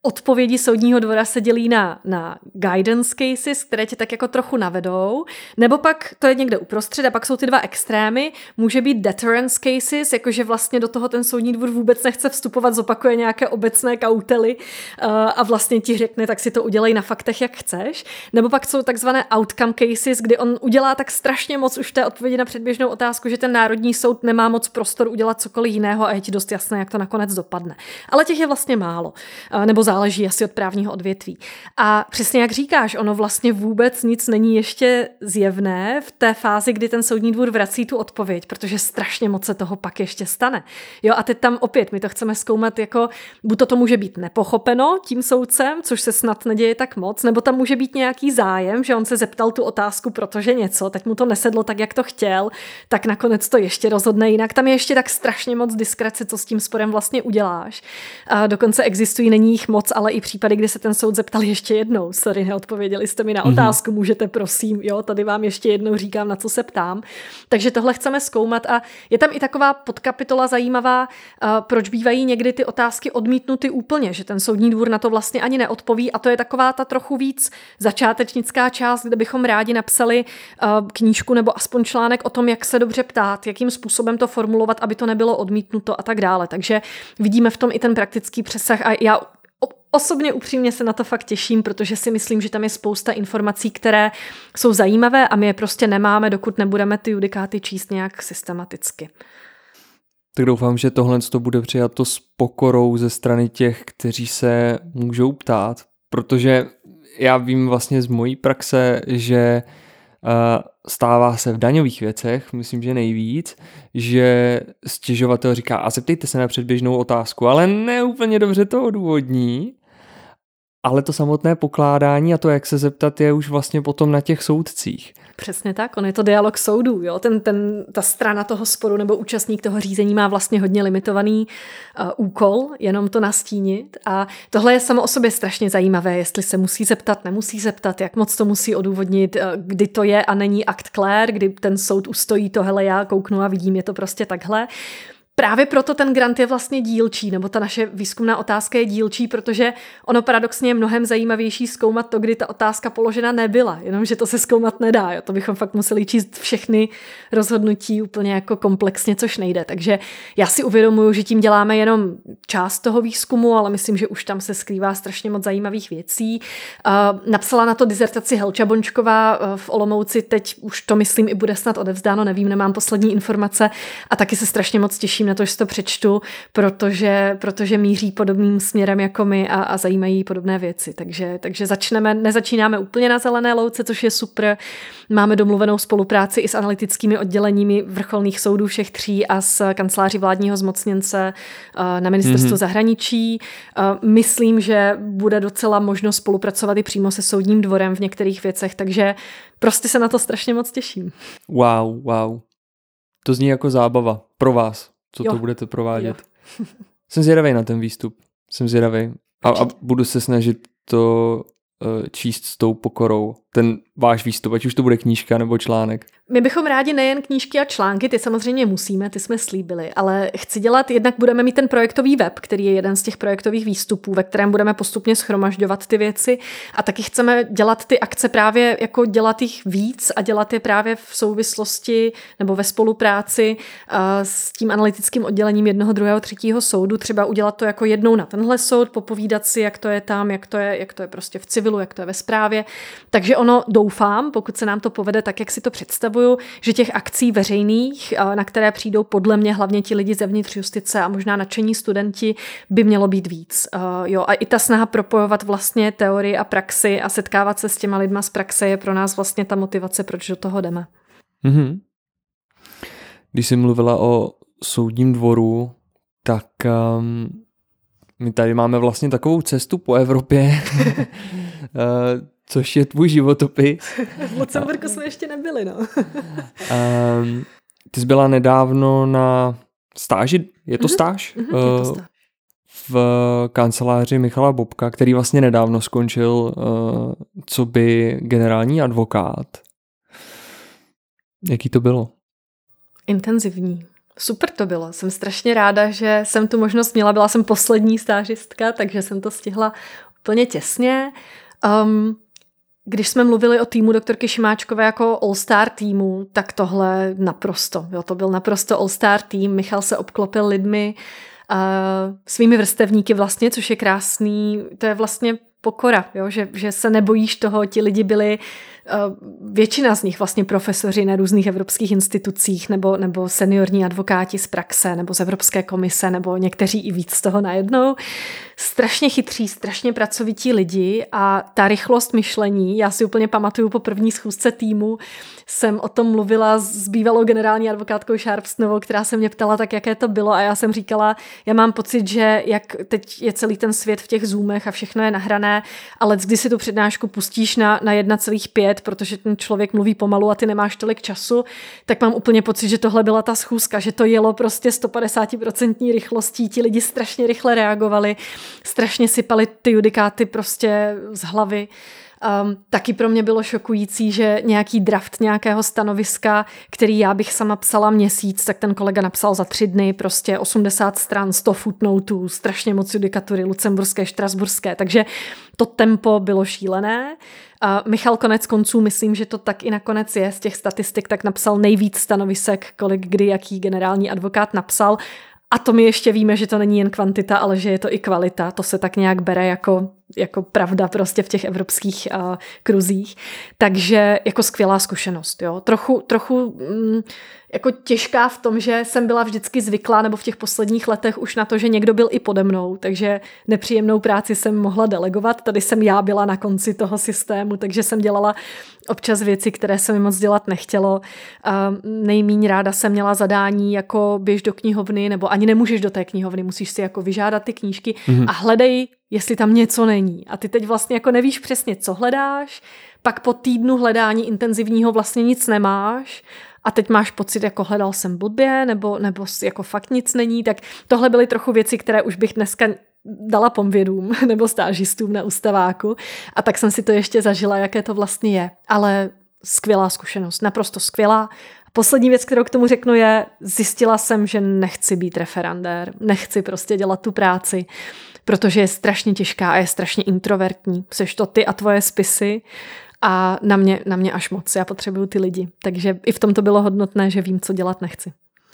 B: odpovědi soudního dvora se dělí na guidance cases, které tě tak jako trochu navedou, nebo pak to je někde uprostřed a pak jsou ty dva extrémy. Může být deterrence cases, jakože vlastně do toho ten soudní dvůr vůbec nechce vstupovat, zopakuje nějaké obecné kautely a vlastně ti řekne, tak si to udělej na faktech, jak chceš. Nebo pak jsou takzvané outcome cases, kdy on udělá tak strašně moc už v té odpovědi na předběžnou otázku, že ten národní soud nemá moc prostor udělat cokoliv jiného a je ti dost jasné, jak to nakonec dopadne. Ale těch je vlastně málo. Nebo záleží asi od právního odvětví. A přesně jak říkáš, ono vlastně vůbec nic není ještě zjevné v té fázi, kdy ten soudní dvůr vrací tu odpověď, protože strašně moc se toho pak ještě stane. Jo, a teď tam opět my to chceme zkoumat jako, buď to může být nepochopeno tím soudcem, což se snad neděje tak moc, nebo tam může být nějaký zájem, že on se zeptal tu otázku, protože něco, teď mu to nesedlo tak, jak to chtěl, tak nakonec to ještě rozhodne jinak. Tam je ještě tak strašně moc diskrece, co s tím sporem vlastně uděláš. A dokonce existují, není jich moc, ale i případy, kdy se ten soud zeptal ještě jednou. Sorry, neodpověděli jste mi na otázku, můžete prosím, jo, tady vám ještě jednou říkám, na co se ptám. Takže tohle chceme zkoumat a je tam i taková podkapitola zajímavá, proč bývají někdy ty otázky odmítnuty úplně, že ten soudní dvůr na to vlastně ani neodpoví a to je taková ta trochu víc začátečnická část, kde bychom rádi napsali knížku nebo aspoň článek o tom, jak se dobře ptát, jakým způsobem to formulovat, aby to nebylo odmítnuto a tak dále. Takže vidíme v tom i ten praktický přesah a já osobně upřímně se na to fakt těším, protože si myslím, že tam je spousta informací, které jsou zajímavé a my je prostě nemáme, dokud nebudeme ty judikáty číst nějak systematicky.
A: Tak doufám, že tohle to bude přijato s pokorou ze strany těch, kteří se můžou ptát, protože já vím vlastně z mojí praxe, že stává se v daňových věcech, myslím, že nejvíc, že stěžovatel říká a zeptejte se na předběžnou otázku, ale ne úplně dobře to odůvodní, ale to samotné pokládání a to, jak se zeptat, je už vlastně potom na těch soudcích.
B: Přesně tak, on je to dialog soudů, jo? Ta strana toho sporu nebo účastník toho řízení má vlastně hodně limitovaný úkol, jenom to nastínit a tohle je samo o sobě strašně zajímavé, jestli se musí zeptat, nemusí zeptat, jak moc to musí odůvodnit, kdy to je a není akt clair, kdy ten soud ustojí to, hele, já kouknu a vidím, je to prostě takhle. Právě proto ten grant je vlastně dílčí, nebo ta naše výzkumná otázka je dílčí, protože ono paradoxně je mnohem zajímavější zkoumat to, kdy ta otázka položena nebyla, jenomže to se zkoumat nedá, jo? To bychom fakt museli číst všechny rozhodnutí úplně jako komplexně, což nejde. Takže já si uvědomuju, že tím děláme jenom část toho výzkumu, ale myslím, že už tam se skrývá strašně moc zajímavých věcí. Napsala na to dizertaci Helča Bončková v Olomouci, teď už to myslím i bude snad odevzdáno, nevím, nemám poslední informace a taky se strašně moc těším na to, že to přečtu, protože míří podobným směrem jako my a zajímají podobné věci. Takže nezačínáme úplně na zelené louce, což je super. Máme domluvenou spolupráci i s analytickými odděleními vrcholných soudů všech tří a s kanceláří vládního zmocněnce na ministerstvu zahraničí. Myslím, že bude docela možno spolupracovat i přímo se soudním dvorem v některých věcech, takže prostě se na to strašně moc těším.
A: Wow. To zní jako zábava pro vás. Co to budete provádět. Jsem zvědavý na ten výstup. Jsem zvědavý. A budu se snažit to číst s tou pokorou. Ten váš výstup, ať už to bude knížka nebo článek.
B: My bychom rádi nejen knížky a články, ty samozřejmě musíme, ty jsme slíbili, ale chci dělat, jednak budeme mít ten projektový web, který je jeden z těch projektových výstupů, ve kterém budeme postupně shromažďovat ty věci a taky chceme dělat ty akce právě jako dělat jich víc a dělat je právě v souvislosti nebo ve spolupráci s tím analytickým oddělením jednoho, druhého, třetího soudu, třeba udělat to jako jednou na tenhle soud, popovídat si, jak to je tam, jak to je prostě v civilu, jak to je ve správě. Takže ono doufám, pokud se nám to povede tak, jak si to představuju, že těch akcí veřejných, na které přijdou podle mě hlavně ti lidi zevnitř justice a možná nadšení studenti, by mělo být víc. A i ta snaha propojovat vlastně teorii a praxi a setkávat se s těma lidma z praxe je pro nás vlastně ta motivace, proč do toho jdeme.
A: Mm-hmm. Když jsi mluvila o soudním dvoru, tak my tady máme vlastně takovou cestu po Evropě, což je tvůj životopis.
B: V Lucemburku jsme ještě nebyli, no.
A: Ty jsi byla nedávno na stáži, je to stáž?
B: Je to stáž.
A: V kanceláři Michala Bobka, který vlastně nedávno skončil coby generální advokát. Jaký to bylo?
B: Intenzivní. Super to bylo. Jsem strašně ráda, že jsem tu možnost měla. Byla jsem poslední stážistka, takže jsem to stihla úplně těsně. Když jsme mluvili o týmu doktorky Šimáčkové jako all-star týmu, tak tohle naprosto. Jo, to byl naprosto all-star tým. Michal se obklopil lidmi, svými vrstevníky vlastně, což je krásný. To je vlastně pokora, jo? Že se nebojíš toho, ti lidi byli, většina z nich vlastně profesoři na různých evropských institucích nebo seniorní advokáti z praxe nebo z Evropské komise nebo někteří i víc z toho najednou. Strašně chytří, strašně pracovití lidi a ta rychlost myšlení, já si úplně pamatuju po první schůzce týmu, jsem o tom mluvila s bývalou generální advokátkou Sharpstonovou, která se mě ptala tak, jaké to bylo a já jsem říkala, já mám pocit, že jak teď je celý ten svět v těch zoomech a všechno je nahrané, ale když si tu přednášku pustíš na 1,5, protože ten člověk mluví pomalu a ty nemáš tolik času, tak mám úplně pocit, že tohle byla ta schůzka, že to jelo prostě 150% rychlostí, ti lidi strašně rychle reagovali, strašně sypali ty judikáty prostě z hlavy. Taky pro mě bylo šokující, že nějaký draft nějakého stanoviska, který já bych sama psala měsíc, tak ten kolega napsal za 3 dny, prostě 80 stran, 100 footnotů, strašně moc judikatury, lucemburské, štrasburské, takže to tempo bylo šílené. Michal konec konců, myslím, že to tak i nakonec je z těch statistik, tak napsal nejvíc stanovisek, kolik kdy jaký generální advokát napsal. A to my ještě víme, že to není jen kvantita, ale že je to i kvalita. To se tak nějak bere jako pravda prostě v těch evropských kruzích. Takže jako skvělá zkušenost. Jo. Trochu jako těžká v tom, že jsem byla vždycky zvyklá, nebo v těch posledních letech už na to, že někdo byl i pode mnou, takže nepříjemnou práci jsem mohla delegovat. Tady jsem já byla na konci toho systému, takže jsem dělala občas věci, které se mi moc dělat nechtělo. Nejmíň ráda jsem měla zadání jako běž do knihovny, nebo ani nemůžeš do té knihovny, musíš si jako vyžádat ty knížky a hledej, jestli tam něco není. A ty teď vlastně jako nevíš přesně, co hledáš, pak po týdnu hledání intenzivního vlastně nic nemáš a teď máš pocit, jako hledal jsem blbě, nebo jako fakt nic není, tak tohle byly trochu věci, které už bych dneska dala pomvědům nebo stážistům na ústaváku a tak jsem si to ještě zažila, jaké to vlastně je. Ale skvělá zkušenost, naprosto skvělá. Poslední věc, kterou k tomu řeknu je, zjistila jsem, že nechci být referendér, nechci prostě dělat tu práci, protože je strašně těžká a je strašně introvertní. Jseš to ty a tvoje spisy a na mě až moc. Já potřebuju ty lidi. Takže i v tom to bylo hodnotné, že vím, co dělat nechci.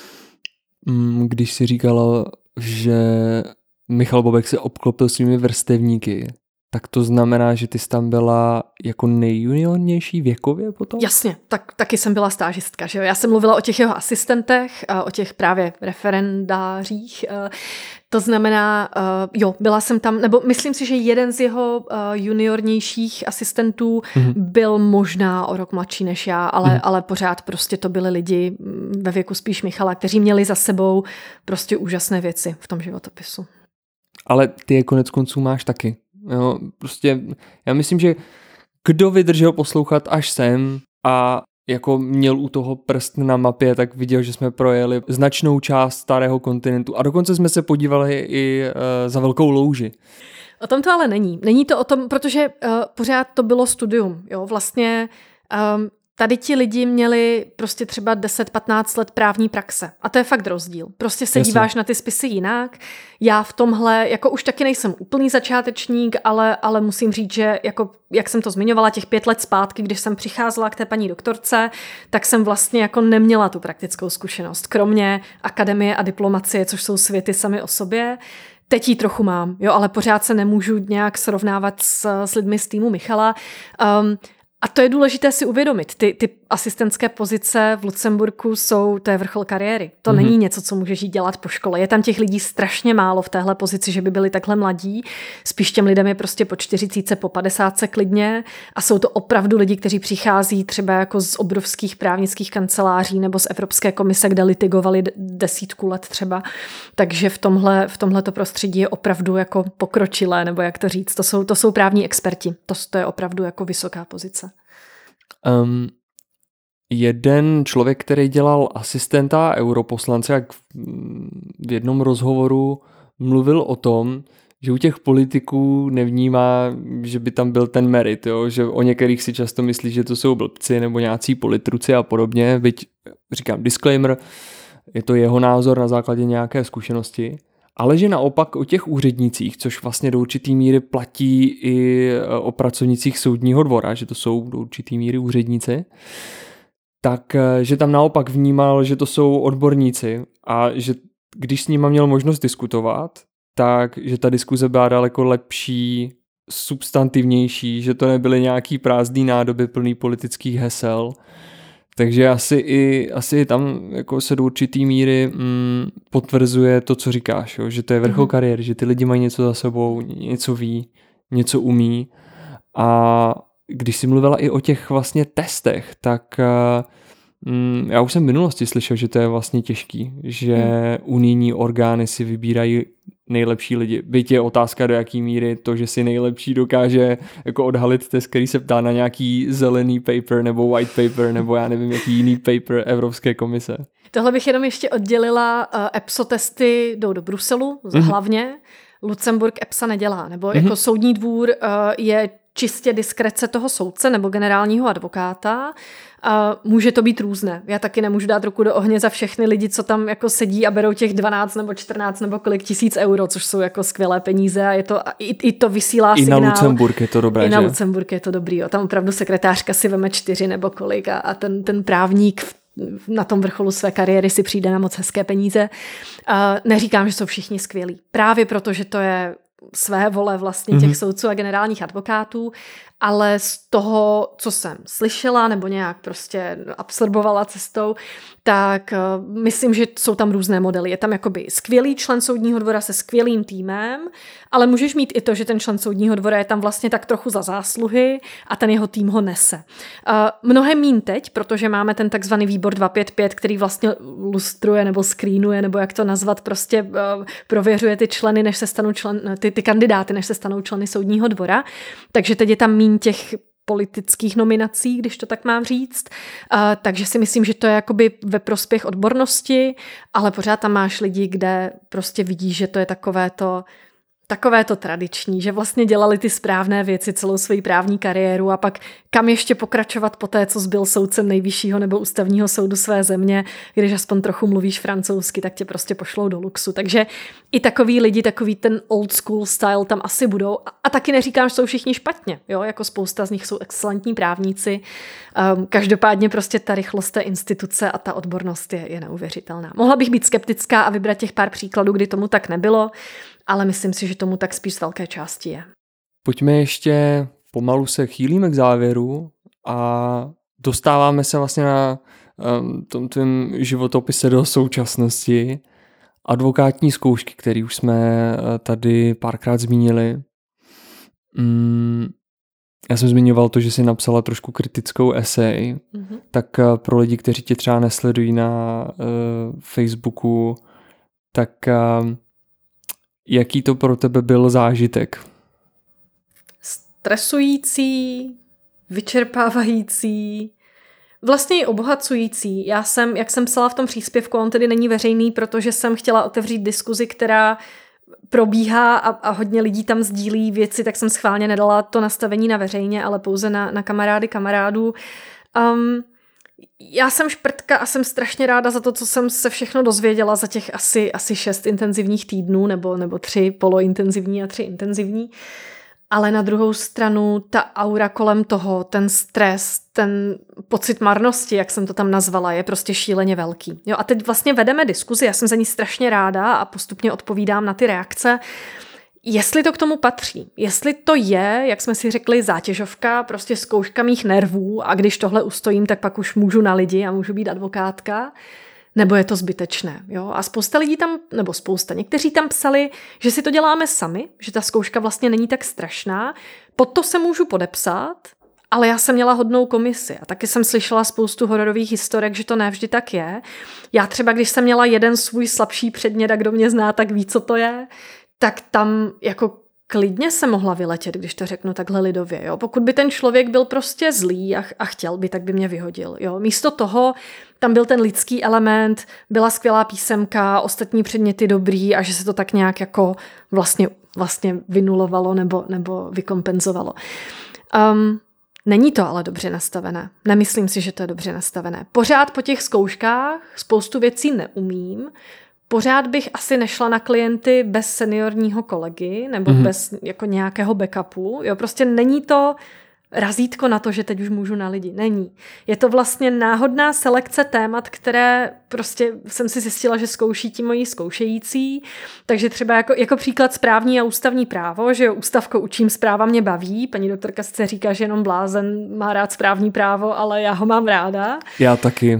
A: Když jsi říkala, že Michal Bobek se obklopil svými vrstevníky, tak to znamená, že ty jsi tam byla jako nejjuniornější věkově potom?
B: Jasně, taky jsem byla stážistka. Že jo? Já jsem mluvila o těch jeho asistentech, o těch právě referendářích. To znamená, byla jsem tam, nebo myslím si, že jeden z jeho juniornějších asistentů byl možná o rok mladší než já, ale pořád prostě to byli lidi ve věku spíš Michala, kteří měli za sebou prostě úžasné věci v tom životopisu.
A: Ale ty je konec konců máš taky. Jo, prostě já myslím, že kdo vydržel poslouchat až sem a jako měl u toho prst na mapě, tak viděl, že jsme projeli značnou část starého kontinentu a dokonce jsme se podívali i za Velkou louži.
B: O tom to ale není. Není to o tom, protože pořád to bylo studium. Jo? Vlastně tady ti lidi měli prostě třeba 10-15 let právní praxe. A to je fakt rozdíl. Prostě se díváš na ty spisy jinak. Já v tomhle, jako už taky nejsem úplný začátečník, ale musím říct, že jako, jak jsem to zmiňovala, těch 5 let zpátky, když jsem přicházela k té paní doktorce, tak jsem vlastně jako neměla tu praktickou zkušenost. Kromě akademie a diplomacie, což jsou světy sami o sobě. Teď ji trochu mám, jo, ale pořád se nemůžu nějak srovnávat s lidmi z týmu Michala. A to je důležité si uvědomit. Ty asistentské pozice v Lucemburku to je vrchol kariéry. To není něco, co můžeš jít dělat po škole. Je tam těch lidí strašně málo v téhle pozici, že by byli takhle mladí. Spíš těm lidem je prostě po 40, po 50 klidně. A jsou to opravdu lidi, kteří přichází třeba jako z obrovských právnických kanceláří nebo z Evropské komise, kde litigovali 10 let třeba. Takže v tomhleto prostředí je opravdu jako pokročilé, nebo jak to říct. To jsou právní experti. To je opravdu jako vysoká pozice.
A: Jeden člověk, který dělal asistenta europoslance, jak v jednom rozhovoru mluvil o tom, že u těch politiků nevnímá, že by tam byl ten merit, jo? Že o některých si často myslí, že to jsou blbci nebo nějací politruci a podobně, byť říkám disclaimer, je to jeho názor na základě nějaké zkušenosti, ale že naopak o těch úřednících, což vlastně do určitý míry platí i o pracovnicích soudního dvora, že to jsou do určitý míry úředníci, tak že tam naopak vnímal, že to jsou odborníci a že když s nima měl možnost diskutovat, tak že ta diskuze byla daleko lepší, substantivnější, že to nebyly nějaký prázdný nádoby plný politických hesel. Takže asi i tam jako se do určitý míry potvrzuje to, co říkáš, jo? Že to je vrchol kariéry, že ty lidi mají něco za sebou, něco ví, něco umí. A když jsi mluvila i o těch vlastně testech, tak já už jsem v minulosti slyšel, že to je vlastně těžký, že unijní orgány si vybírají nejlepší lidi. Byť je otázka, do jaký míry to, že si nejlepší dokáže jako odhalit test, který se ptá na nějaký zelený paper nebo white paper nebo já nevím, jaký jiný paper Evropské komise.
B: Tohle bych jenom ještě oddělila. EPSO testy jdou do Bruselu hlavně. Lucemburk EPSA nedělá. Nebo jako soudní dvůr je čistě diskrece toho soudce nebo generálního advokáta. Může to být různé. Já taky nemůžu dát ruku do ohně za všechny lidi, co tam jako sedí a berou těch 12 nebo 14 nebo kolik tisíc euro, což jsou jako skvělé peníze a je to, i to vysílá signál.
A: I na Lucemburk je to dobré,
B: I na Lucemburk je to dobrý. Jo. Tam opravdu sekretářka si veme 4 nebo kolik a ten právník na tom vrcholu své kariéry si přijde na moc hezké peníze. Neříkám, že jsou všichni skvělí. Právě proto, že to je své vole vlastně těch soudců a generálních advokátů, ale z toho, co jsem slyšela nebo nějak prostě absorbovala cestou, tak myslím, že jsou tam různé modely. Je tam jakoby skvělý člen soudního dvora se skvělým týmem, ale můžeš mít i to, že ten člen soudního dvora je tam vlastně tak trochu za zásluhy a ten jeho tým ho nese. Mnohem míň teď, protože máme ten takzvaný výbor 255, který vlastně lustruje nebo screenuje, nebo jak to nazvat, prostě prověřuje ty členy, než se stanou ty kandidáty, než se stanou členy soudního dvora. Takže teď je tam míň těch politických nominací, když to tak mám říct. Takže si myslím, že to je jakoby ve prospěch odbornosti, ale pořád tam máš lidi, kde prostě vidíš, že to je takové to tradiční, že vlastně dělali ty správné věci celou svoji právní kariéru a pak kam ještě pokračovat po té, co zbyl soudcem nejvyššího nebo ústavního soudu své země, když aspoň trochu mluvíš francouzsky, tak tě prostě pošlou do luxu. Takže i takový lidi, takový ten old school style tam asi budou. A taky neříkám, že jsou všichni špatně, jo? Jako spousta z nich jsou excelentní právníci. Každopádně prostě ta rychlost té instituce a ta odbornost je neuvěřitelná. Mohla bych být skeptická a vybrat těch pár příkladů, kdy tomu tak nebylo, ale myslím si, že tomu tak spíš z velké části je.
A: Pojďme ještě, pomalu se chýlíme k závěru a dostáváme se vlastně na tom tvém životopise do současnosti. Advokátní zkoušky, které už jsme tady párkrát zmínili. Já jsem zmiňoval to, že jsi napsala trošku kritickou esej, tak pro lidi, kteří tě třeba nesledují na Facebooku, tak jaký to pro tebe byl zážitek?
B: Stresující, vyčerpávající, vlastně i obohacující. Já jsem, jak jsem psala v tom příspěvku, on tedy není veřejný, protože jsem chtěla otevřít diskuzi, která probíhá a hodně lidí tam sdílí věci, tak jsem schválně nedala to nastavení na veřejně, ale pouze na kamarádů. Já jsem šprtka a jsem strašně ráda za to, co jsem se všechno dozvěděla za těch asi 6 intenzivních týdnů, nebo 3 polointenzivní a 3 intenzivní. Ale na druhou stranu ta aura kolem toho, ten stres, ten pocit marnosti, jak jsem to tam nazvala, je prostě šíleně velký. Jo, a teď vlastně vedeme diskuzi, já jsem za ní strašně ráda a postupně odpovídám na ty reakce. Jestli to k tomu patří, jestli to je, jak jsme si řekli, zátěžovka, prostě zkouška mých nervů a když tohle ustojím, tak pak už můžu na lidi a můžu být advokátka, nebo je to zbytečné. Jo? A spousta lidí tam, někteří tam psali, že si to děláme sami, že ta zkouška vlastně není tak strašná, pod to se můžu podepsat, ale já jsem měla hodnou komisi a taky jsem slyšela spoustu hororových historek, že to ne vždy tak je. Já třeba, když jsem měla jeden svůj slabší předmět a kdo mě zná, tak ví, co to je, tak tam jako klidně se mohla vyletět, když to řeknu takhle lidově. Jo? Pokud by ten člověk byl prostě zlý a chtěl by, tak by mě vyhodil. Jo? Místo toho tam byl ten lidský element, byla skvělá písemka, ostatní předměty dobrý a že se to tak nějak jako vlastně vynulovalo nebo vykompenzovalo. Není to ale dobře nastavené. Nemyslím si, že to je dobře nastavené. Pořád po těch zkouškách spoustu věcí neumím. Pořád bych asi nešla na klienty bez seniorního kolegy nebo bez jako nějakého backupu. Jo, prostě není to razítko na to, že teď už můžu na lidi. Není. Je to vlastně náhodná selekce témat, které prostě jsem si zjistila, že zkouší ti moji zkoušející. Takže třeba jako příklad správní a ústavní právo, že jo, ústavko učím, správa mě baví. Paní doktorka sice říká, že jenom blázen má rád správní právo, ale já ho mám ráda.
A: Já taky.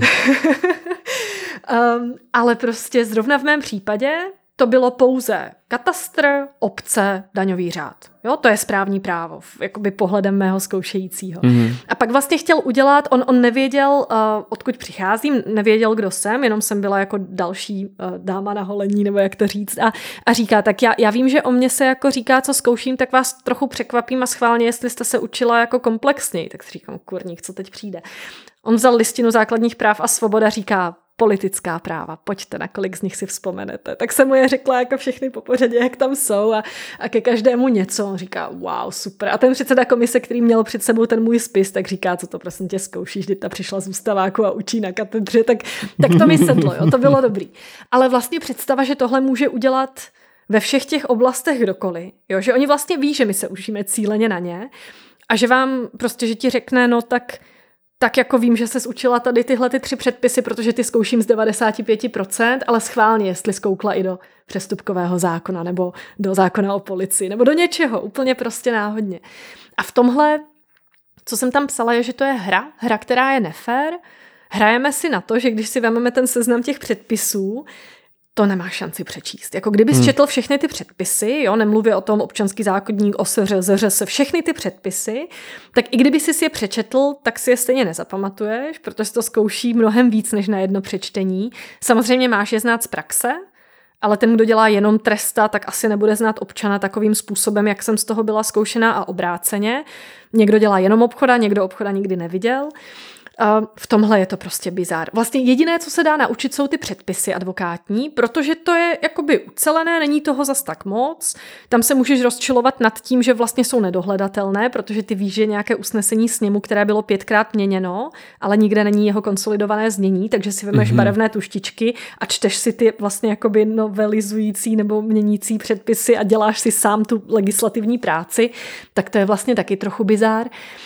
B: Ale prostě zrovna v mém případě to bylo pouze katastr, obce, daňový řád. Jo, to je správní právo, jakoby pohledem mého zkoušejícího. A pak vlastně chtěl udělat, on nevěděl, odkud přicházím, nevěděl, kdo jsem, jenom jsem byla jako další dáma na holení, nebo jak to říct. A říká, tak já vím, že o mě se jako říká, co zkouším, tak vás trochu překvapím a schválně, jestli jste se učila jako komplexněji. Tak si říkám, kurník, co teď přijde. On vzal listinu základních práv a svoboda, říká, politická práva, pojďte, na kolik z nich si vzpomenete. Tak jsem mu je řekla jako všechny po pořadě, jak tam jsou a ke každému něco. On říká, wow, super. A ten předseda komise, který měl před sebou ten můj spis, tak říká, co to prosím tě zkoušíš, kdy ta přišla z ústaváku a učí na katedře, tak to mi sedlo, jo, to bylo dobrý. Ale vlastně představa, že tohle může udělat ve všech těch oblastech kdokoliv, jo, že oni vlastně ví, že my se učíme cíleně na ně a že vám prostě, že ti řekne, no tak jako vím, že ses učila tady tyhle 3 předpisy, protože ty zkouším z 95%, ale schválně, jestli zkoukla i do přestupkového zákona nebo do zákona o policii nebo do něčeho, úplně prostě náhodně. A v tomhle, co jsem tam psala, je, že to je hra, která je nefér. Hrajeme si na to, že když si vezmeme ten seznam těch předpisů, to nemáš šanci přečíst. Jako kdybys četl všechny ty předpisy, jo, nemluvě o tom občanský zákoník, OSŘ, ZŘ, všechny ty předpisy, tak i kdyby si je přečetl, tak si je stejně nezapamatuješ, protože to zkouší mnohem víc než na jedno přečtení. Samozřejmě máš je znát z praxe, ale ten, kdo dělá jenom tresta, tak asi nebude znát občana takovým způsobem, jak jsem z toho byla zkoušená a obráceně. Někdo dělá jenom obchoda, někdo obchoda nikdy neviděl. V tomhle je to prostě bizár. Vlastně jediné, co se dá naučit, jsou ty předpisy advokátní, protože to je jakoby ucelené, není toho zas tak moc. Tam se můžeš rozčilovat nad tím, že vlastně jsou nedohledatelné, protože ty víš, že nějaké usnesení sněmu, které bylo 5krát měněno, ale nikde není jeho konsolidované znění, takže si vemeš barevné tuštičky a čteš si ty vlastně jakoby novelizující nebo měnící předpisy a děláš si sám tu legislativní práci, tak to je vlastně taky trochu bizár.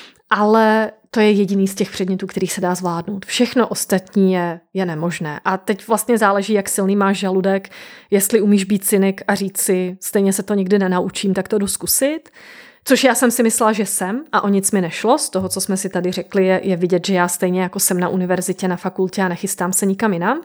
B: Ale to je jediný z těch předmětů, který se dá zvládnout. Všechno ostatní je nemožné. A teď vlastně záleží, jak silný máš žaludek, jestli umíš být cynik a říct si, stejně se to nikdy nenaučím, tak to jdu zkusit. Což já jsem si myslela, že jsem a o nic mi nešlo. Z toho, co jsme si tady řekli, je vidět, že já stejně jako jsem na univerzitě, na fakultě a nechystám se nikam jinam.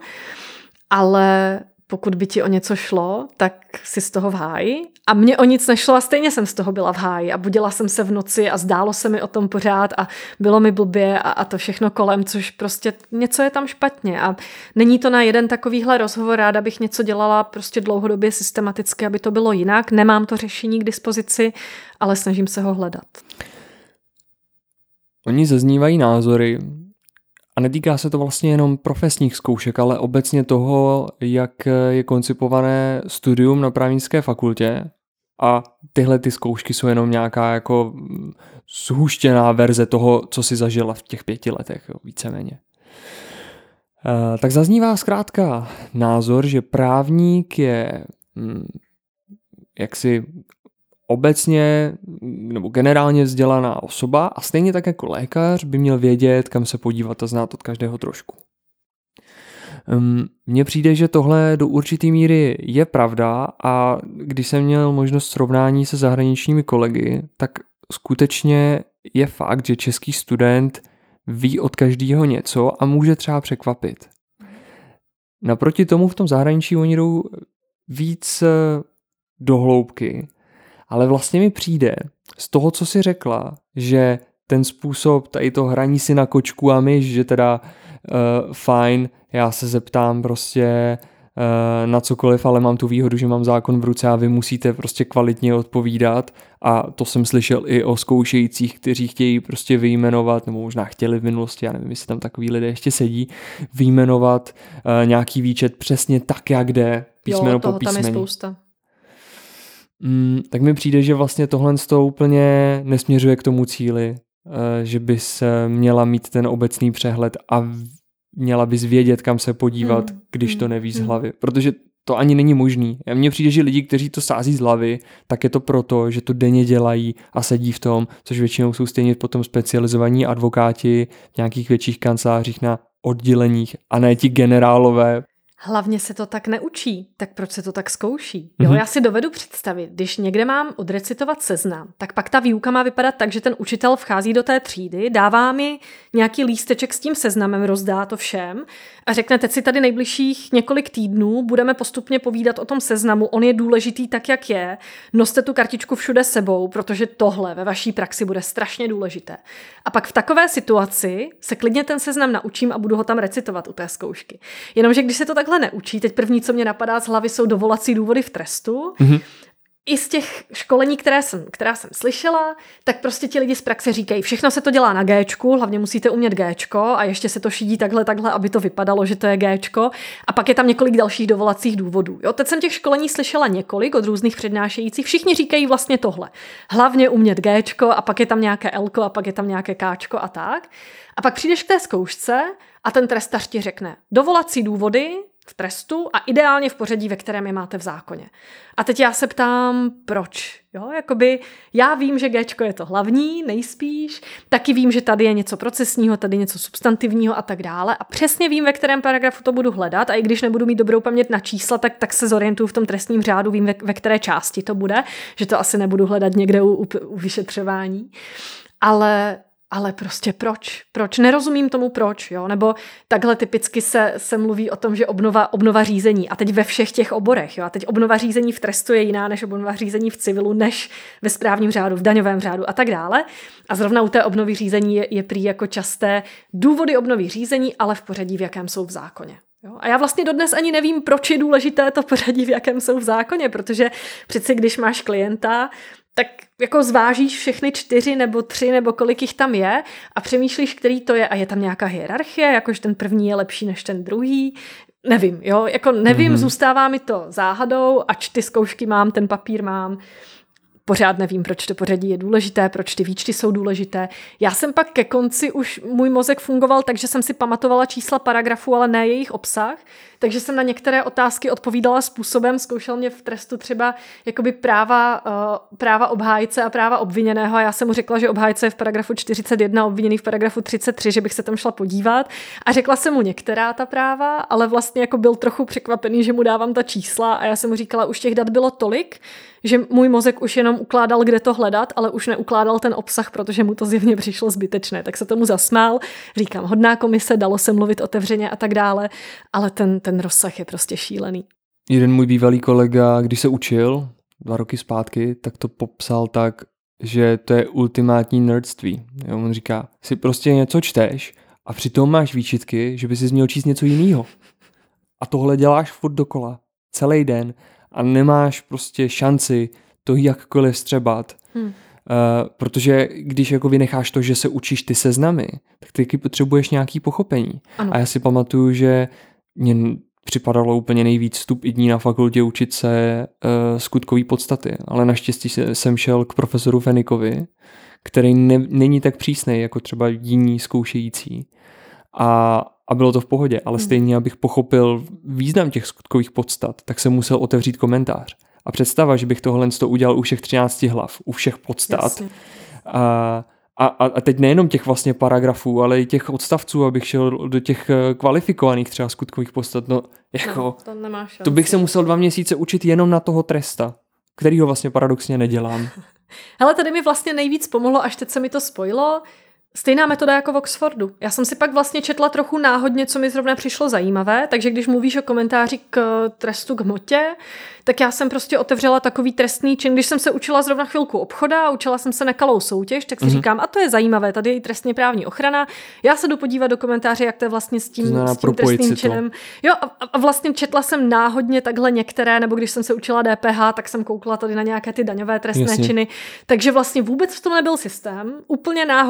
B: Ale pokud by ti o něco šlo, tak si z toho v háji. A mně o nic nešlo a stejně jsem z toho byla v háji. A budila jsem se v noci a zdálo se mi o tom pořád a bylo mi blbě a to všechno kolem, což prostě něco je tam špatně. A není to na jeden takovýhle rozhovor, ráda bych něco dělala prostě dlouhodobě systematicky, aby to bylo jinak. Nemám to řešení k dispozici, ale snažím se ho hledat.
A: Oni zaznívají názory, a netýká se to vlastně jenom profesních zkoušek, ale obecně toho, jak je koncipované studium na právnické fakultě. A tyhle ty zkoušky jsou jenom nějaká jako zhuštěná verze toho, co si zažila v těch 5 letech, jo, víceméně. Tak zaznívá zkrátka názor, že právník je jaksi obecně nebo generálně vzdělaná osoba a stejně tak jako lékař by měl vědět, kam se podívat a znát od každého trošku. Mně přijde, že tohle do určitý míry je pravda a když jsem měl možnost srovnání se zahraničními kolegy, tak skutečně je fakt, že český student ví od každého něco a může třeba překvapit. Naproti tomu v tom zahraničí oni jdou víc do hloubky. Ale vlastně mi přijde z toho, co jsi řekla, že ten způsob, tady to hraní si na kočku a myš, že teda fajn, já se zeptám prostě na cokoliv, ale mám tu výhodu, že mám zákon v ruce a vy musíte prostě kvalitně odpovídat a to jsem slyšel i o zkoušejících, kteří chtějí prostě vyjmenovat, nebo možná chtěli v minulosti, já nevím, jestli tam takový lidé ještě sedí, vyjmenovat nějaký výčet přesně tak, jak jde, písmeno po písmeni.
B: Tam je spousta.
A: Tak mi přijde, že vlastně tohle z toho úplně nesměřuje k tomu cíli. že bys měla mít ten obecný přehled a měla bys vědět, kam se podívat, když to nevíš z hlavy. Protože to ani není možný. Mně přijde, že lidi, kteří to sází z hlavy, tak je to proto, že to denně dělají a sedí v tom, což většinou jsou stejně potom specializovaní advokáti v nějakých větších kancelářích na odděleních a ne ti generálové.
B: Hlavně se to tak neučí, tak proč se to tak zkouší? Jo, já si dovedu představit, když někde mám odrecitovat seznam, tak pak ta výuka má vypadat tak, že ten učitel vchází do té třídy, dává mi nějaký lísteček s tím seznamem, rozdá to všem a řekne, teď si tady nejbližších několik týdnů budeme postupně povídat o tom seznamu, on je důležitý tak, jak je, noste tu kartičku všude sebou, protože tohle ve vaší praxi bude strašně důležité. A pak v takové situaci se klidně ten seznam naučím a budu ho tam recitovat u té zkoušky. Jenomže když se to takhle neučí, teď první, co mě napadá z hlavy, jsou dovolací důvody v trestu. I z těch školení, která jsem slyšela, tak prostě ti lidi z praxe říkají, všechno se to dělá na Géčku, hlavně musíte umět Géčko a ještě se to šidí takhle, aby to vypadalo, že to je Géčko. A pak je tam několik dalších dovolacích důvodů. Jo, teď jsem těch školení slyšela několik od různých přednášejících. Všichni říkají vlastně tohle. Hlavně umět Géčko a pak je tam nějaké Lko a pak je tam nějaké Káčko a tak. A pak přijdeš k té zkoušce a ten trestař ti řekne dovolací důvody v trestu a ideálně v pořadí, ve kterém je máte v zákoně. A teď já se ptám, proč? Jo, jakoby já vím, že Géčko je to hlavní, nejspíš, taky vím, že tady je něco procesního, tady něco substantivního a tak dále a přesně vím, ve kterém paragrafu to budu hledat a i když nebudu mít dobrou paměť na čísla, tak se zorientuju v tom trestním řádu, vím, ve které části to bude, že to asi nebudu hledat někde u vyšetřování. Ale prostě proč? Proč? Nerozumím tomu proč, jo? Nebo takhle typicky se mluví o tom, že obnova řízení a teď ve všech těch oborech, jo? A teď obnova řízení v trestu je jiná než obnova řízení v civilu, než ve správním řádu, v daňovém řádu a tak dále. A zrovna u té obnovy řízení je prý jako časté důvody obnovy řízení, ale v pořadí, v jakém jsou v zákoně. Jo? A já vlastně dodnes ani nevím, proč je důležité to pořadí, v jakém jsou v zákoně, protože přeci když máš klienta, tak jako zvážíš všechny 4 nebo 3 nebo kolik jich tam je a přemýšlíš, který to je a je tam nějaká hierarchie, jakože ten první je lepší než ten druhý. Nevím, jo, jako nevím, zůstává mi to záhadou, ač ty zkoušky mám, ten papír mám. Pořád nevím, proč to pořadí je důležité, proč ty výčty jsou důležité. Já jsem pak ke konci už můj mozek fungoval tak, že jsem si pamatovala čísla paragrafů, ale ne jejich obsah, takže jsem na některé otázky odpovídala způsobem, zkoušel mě v trestu třeba jakoby práva obhájce a práva obviněného a já jsem mu řekla, že obhájce je v paragrafu 41, obviněný v paragrafu 33, že bych se tam šla podívat a řekla jsem mu některá ta práva, ale vlastně jako byl trochu překvapený, že mu dávám ta čísla a já jsem mu říkala, už těch dat bylo tolik, že můj mozek už jenom ukládal, kde to hledat, ale už neukládal ten obsah, protože mu to zjevně přišlo zbytečné. Tak se tomu zasmál, říkám, hodná komise, dalo se mluvit otevřeně a tak dále, ale ten rozsah je prostě šílený.
A: Jeden můj bývalý kolega, když se učil 2 roky zpátky, tak to popsal tak, že to je ultimátní nerdství. Jo, on říká, si prostě něco čteš a přitom máš výčitky, že by si měl číst něco jiného. A tohle děláš furt dokola, celý den a nemáš prostě šanci to jakkoliv střebat. Protože když jako vynecháš to, že se učíš ty seznamy, tak ty potřebuješ nějaký pochopení. Ano. A já si pamatuju, že mě připadalo úplně nejvíc stupidní na fakultě učit se skutkové podstaty, ale naštěstí jsem šel k profesoru Fenikovi, který není tak přísnej jako třeba jiní zkoušející. A bylo to v pohodě, ale stejně, abych pochopil význam těch skutkových podstat, tak jsem musel otevřít komentář. A představa, že bych tohle udělal u všech 13 hlav, u všech podstat. A teď nejenom těch vlastně paragrafů, ale i těch odstavců, abych šel do těch kvalifikovaných třeba skutkových podstat. No, jako, to bych se musel 2 měsíce učit jenom na toho tresta, kterýho vlastně paradoxně nedělám.
B: Hele, tady mi vlastně nejvíc pomohlo, až teď se mi to spojilo, stejná metoda jako v Oxfordu. Já jsem si pak vlastně četla trochu náhodně, co mi zrovna přišlo zajímavé, takže když mluvíš o komentáři k trestu k hmotě, tak já jsem prostě otevřela takový trestný čin. Když jsem se učila zrovna chvilku obchoda, učila jsem se nekalou soutěž, tak si říkám, a to je zajímavé, tady je i trestně právní ochrana. Já se jdu podívat do komentáře, jak to je vlastně s tím trestným činem. Jo, a vlastně četla jsem náhodně takhle některé, nebo když jsem se učila DPH, tak jsem koukla tady na nějaké ty daňové trestné činy. Takže vlastně vůbec v tom nebyl systém. Úplně náhodně jsem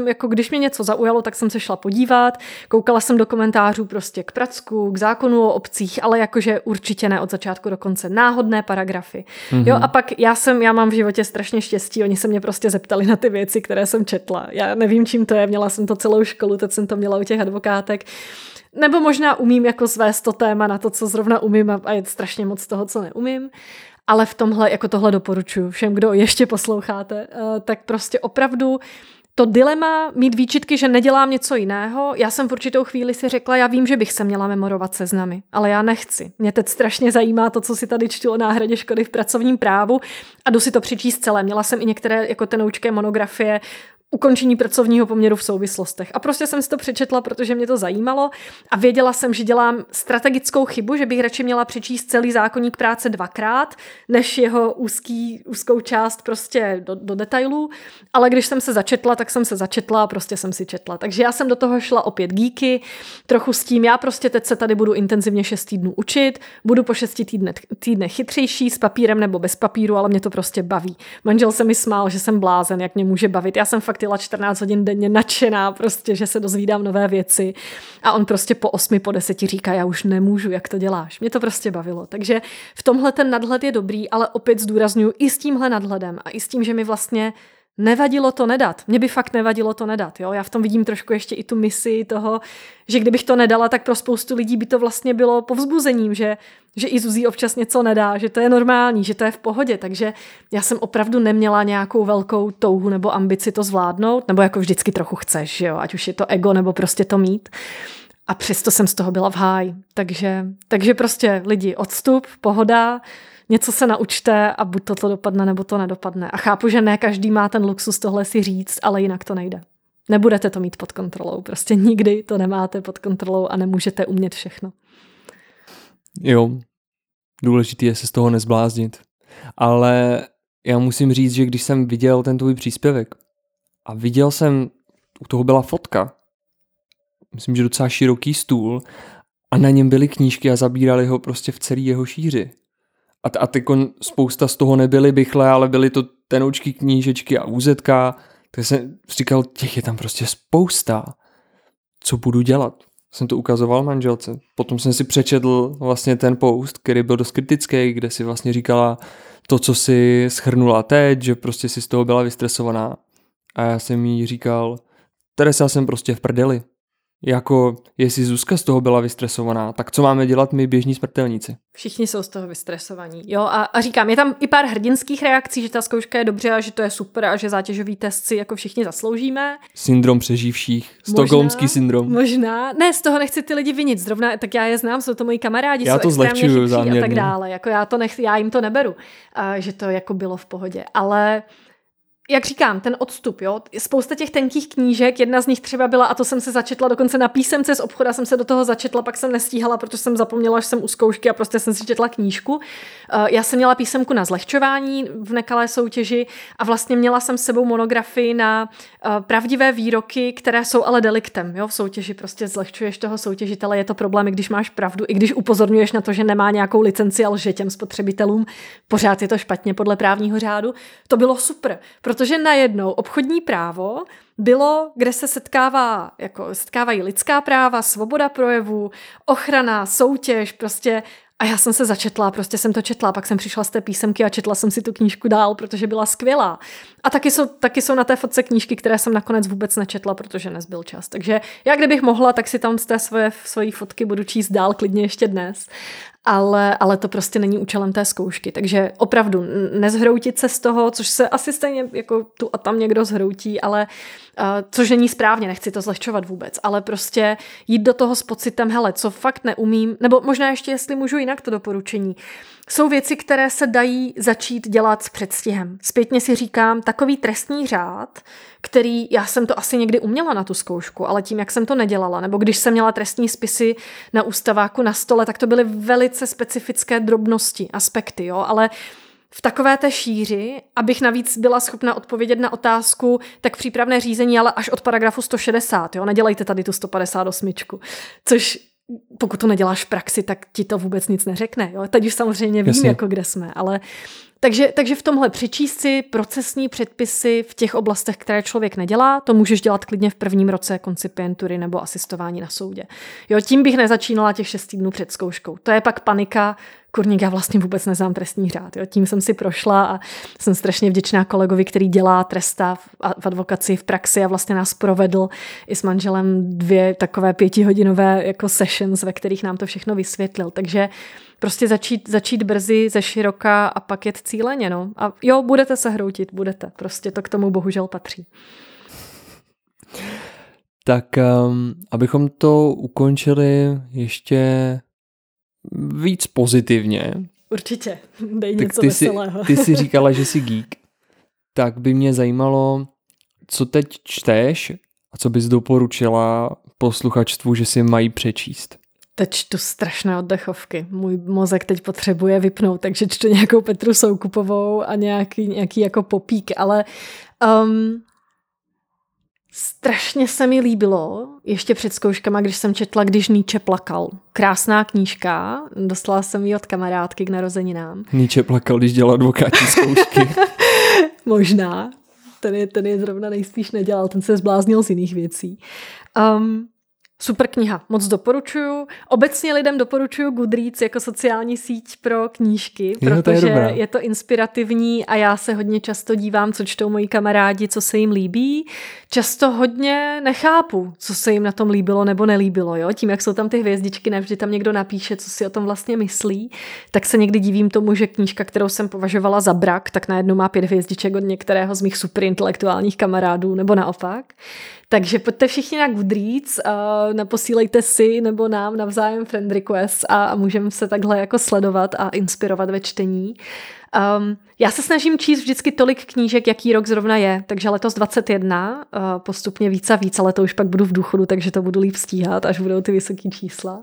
B: jsem, jako když mě něco zaujalo, tak jsem se šla podívat, koukala jsem do komentářů prostě k Pracku, k zákonu o obcích, ale jakože určitě ne od začátku do konce, náhodné paragrafy. Jo, a pak já mám v životě strašně štěstí, oni se mě prostě zeptali na ty věci, které jsem četla. Já nevím, čím to je, měla jsem to celou školu, teď jsem to měla u těch advokátek. Nebo možná umím jako svést to téma na to, co zrovna umím a je strašně moc toho, co neumím. Ale v tomhle, jako tohle doporučuji všem, kdo ještě posloucháte, tak prostě opravdu to dilema mít výčitky, že nedělám něco jiného. Já jsem v určitou chvíli si řekla, já vím, že bych se měla memorovat seznamy, ale já nechci. Mě teď strašně zajímá to, co si tady čtu o náhradě škody v pracovním právu a jdu si to přečíst celé. Měla jsem i některé jako tenoučké monografie ukončení pracovního poměru v souvislostech. A prostě jsem si to přečetla, protože mě to zajímalo a věděla jsem, že dělám strategickou chybu, že bych radši měla přečíst celý zákoník práce 2krát, než jeho úzkou část prostě do detailů. Ale když jsem se začetla, tak jsem se začetla a prostě jsem si četla. Takže já jsem do toho šla opět geeky, trochu s tím, já prostě teď se tady budu intenzivně 6 týdnů učit, budu po 6 týdnech chytřejší, s papírem nebo bez papíru, ale mě to prostě baví. Manžel se mi smál, že jsem blázen, jak mě může bavit. Já jsem fakt jela 14 hodin denně nadšená, prostě, že se dozvídám nové věci a on prostě po 8, po 10 říká, já už nemůžu, jak to děláš. Mě to prostě bavilo. Takže v tomhle ten nadhled je dobrý, ale opět zdůraznuju i s tímhle nadhledem a i s tím, že mi vlastně nevadilo to nedat. Mně by fakt nevadilo to nedat. Jo? Já v tom vidím trošku ještě i tu misi toho, že kdybych to nedala, tak pro spoustu lidí by to vlastně bylo povzbuzením, že i Zuzí občas něco nedá, že to je normální, že to je v pohodě. Takže já jsem opravdu neměla nějakou velkou touhu nebo ambici to zvládnout, nebo jako vždycky trochu chceš, že jo? Ať už je to ego nebo prostě to mít. A přesto jsem z toho byla v háji. Takže prostě lidi, odstup, pohoda, něco se naučte a buď to dopadne, nebo to nedopadne. A chápu, že ne každý má ten luxus tohle si říct, ale jinak to nejde. Nebudete to mít pod kontrolou. Prostě nikdy to nemáte pod kontrolou a nemůžete umět všechno.
A: Jo, důležitý je se z toho nezbláznit. Ale já musím říct, že když jsem viděl ten tvůj příspěvek a viděl jsem, u toho byla fotka, myslím, že docela široký stůl a na něm byly knížky a zabírali ho prostě v celý jeho šíři. A teď spousta z toho nebyly bychle, ale byly to tenoučky, knížečky a úzetka. Tak jsem říkal, těch je tam prostě spousta. Co budu dělat? Jsem to ukazoval manželce. Potom jsem si přečetl vlastně ten post, který byl dost kritický, kde si vlastně říkala to, co si shrnula teď, že prostě si z toho byla vystresovaná. A já jsem jí říkal, Teresa, jsem prostě v prdeli. Jako, jestli Zuzka z toho byla vystresovaná, tak co máme dělat my běžní smrtelníci?
B: Všichni jsou z toho vystresovaní. Jo, a říkám, je tam i pár hrdinských reakcí, že ta zkouška je dobře a že to je super a že zátěžový test si jako všichni zasloužíme.
A: Syndrom přeživších, stockholmský syndrom.
B: Možná. Ne, z toho nechci ty lidi vinit. Zrovna, tak já je znám, jsou to moji kamarádi,
A: já
B: jsou
A: to
B: extrémně chytří
A: záměrně.
B: A tak dále. Jako já jim to neberu, že to jako bylo v pohodě. Ale jak říkám, ten odstup, jo, spousta těch tenkých knížek, jedna z nich třeba byla, a to jsem se začetla dokonce na písemce z obchoda, jsem se do toho začetla, pak jsem nestíhala, protože jsem zapomněla, že jsem u zkoušky a prostě jsem si četla knížku. Já jsem měla písemku na zlehčování v nekalé soutěži a vlastně měla jsem s sebou monografii na pravdivé výroky, které jsou ale deliktem, jo, v soutěži prostě zlehčuješ toho soutěžitele, je to problém, i když máš pravdu, i když upozorňuješ na to, že nemá nějakou licenci a lže těm spotřebitelům, pořád je to špatně podle právního řádu. To bylo super, protože najednou obchodní právo bylo, kde se setkávají lidská práva, svoboda projevu, ochrana, soutěž, prostě. A já jsem se začetla, prostě jsem to četla, pak jsem přišla z té písemky a četla jsem si tu knížku dál, protože byla skvělá. A taky jsou na té fotce knížky, které jsem nakonec vůbec nečetla, protože nezbyl čas. Takže já kdybych mohla, tak si tam z té svojí fotky budu číst dál klidně ještě dnes. Ale to prostě není účelem té zkoušky. Takže opravdu nezhroutit se z toho, což se asi stejně jako tu a tam někdo zhroutí, ale což není správně, nechci to zlehčovat vůbec, ale prostě jít do toho s pocitem, hele, co fakt neumím, nebo možná ještě, jestli můžu jinak to doporučení. Jsou věci, které se dají začít dělat s předstihem. Zpětně si říkám, takový trestní řád, který, já jsem to asi někdy uměla na tu zkoušku, ale tím, jak jsem to nedělala, nebo když jsem měla trestní spisy na ústaváku na stole, tak to byly velice specifické drobnosti, aspekty, jo, ale v takové té šíři, abych navíc byla schopna odpovědět na otázku, tak přípravné řízení, ale až od paragrafu 160, jo, nedělejte tady tu 158, což pokud to neděláš v praxi, tak ti to vůbec nic neřekne, jo, teď už samozřejmě vím, jako kde jsme, ale Takže v tomhle přečíst si procesní předpisy v těch oblastech, které člověk nedělá, to můžeš dělat klidně v prvním roce koncipientury nebo asistování na soudě. Jo, tím bych nezačínala těch 6 týdnů před zkouškou. To je pak panika, kurník, já vlastně vůbec neznám trestní řád. Jo. Tím jsem si prošla a jsem strašně vděčná kolegovi, který dělá tresta v advokaci v praxi a vlastně nás provedl i s manželem 2 takové 5hodinové jako sessions, ve kterých nám to všechno vysvětlil. Takže prostě začít brzy ze široka a pak jet cíleně. No. A jo, budete se hroutit, budete. Prostě to k tomu bohužel patří.
A: Tak abychom to ukončili ještě víc pozitivně.
B: Určitě, dej něco veselého.
A: Ty jsi říkala, že jsi geek. Tak by mě zajímalo, co teď čteš a co bys doporučila posluchačstvu, že si mají přečíst.
B: Teď čtu strašné oddechovky. Můj mozek teď potřebuje vypnout, takže čtu nějakou Petru Soukupovou a nějaký jako popík, ale strašně se mi líbilo, ještě před zkouškama, když jsem četla Když Nietzsche plakal. Krásná knížka, dostala jsem ji od kamarádky k narozeninám.
A: Nietzsche plakal, když dělal advokátní zkoušky.
B: Možná. Ten je zrovna nejspíš nedělal, ten se zbláznil z jiných věcí. Super kniha, moc doporučuju. Obecně lidem doporučuju Goodreads jako sociální síť pro knížky, protože je to inspirativní a já se hodně často dívám, co čtou moji kamarádi, co se jim líbí. Často hodně nechápu, co se jim na tom líbilo nebo nelíbilo. Jo? Tím, jak jsou tam ty hvězdičky, nevždy tam někdo napíše, co si o tom vlastně myslí, tak se někdy divím tomu, že knížka, kterou jsem považovala za brak, tak najednou má 5 hvězdiček od některého z mých superintelektuálních kamarádů nebo naopak. Takže pojďte všichni na Goodreads, naposílejte si nebo nám navzájem friend request a můžeme se takhle jako sledovat a inspirovat ve čtení. Já se snažím číst vždycky tolik knížek, jaký rok zrovna je, takže letos 21, postupně víc a víc, ale to už pak budu v důchodu, takže to budu líp stíhat, až budou ty vysoké čísla.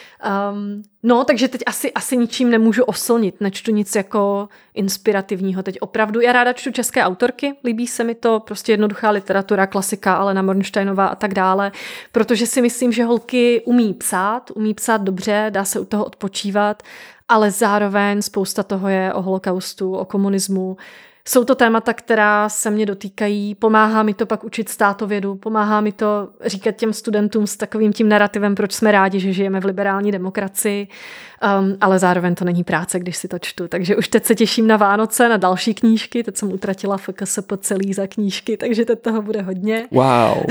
B: No, takže teď asi ničím nemůžu oslnit, nečtu nic jako inspirativního teď opravdu. Já ráda čtu české autorky, líbí se mi to, prostě jednoduchá literatura, klasika, Alena Mornsteinová a tak dále, protože si myslím, že holky umí psát dobře, dá se u toho odpočívat, ale zároveň spousta toho je o holokaustu, o komunismu. Jsou to témata, která se mě dotýkají, pomáhá mi to pak učit státovědu, pomáhá mi to říkat těm studentům s takovým tím narrativem, proč jsme rádi, že žijeme v liberální demokracii, ale zároveň to není práce, když si to čtu. Takže už teď se těším na Vánoce, na další knížky, teď jsem utratila FKSP celý za knížky, takže teď toho bude hodně.
A: Wow.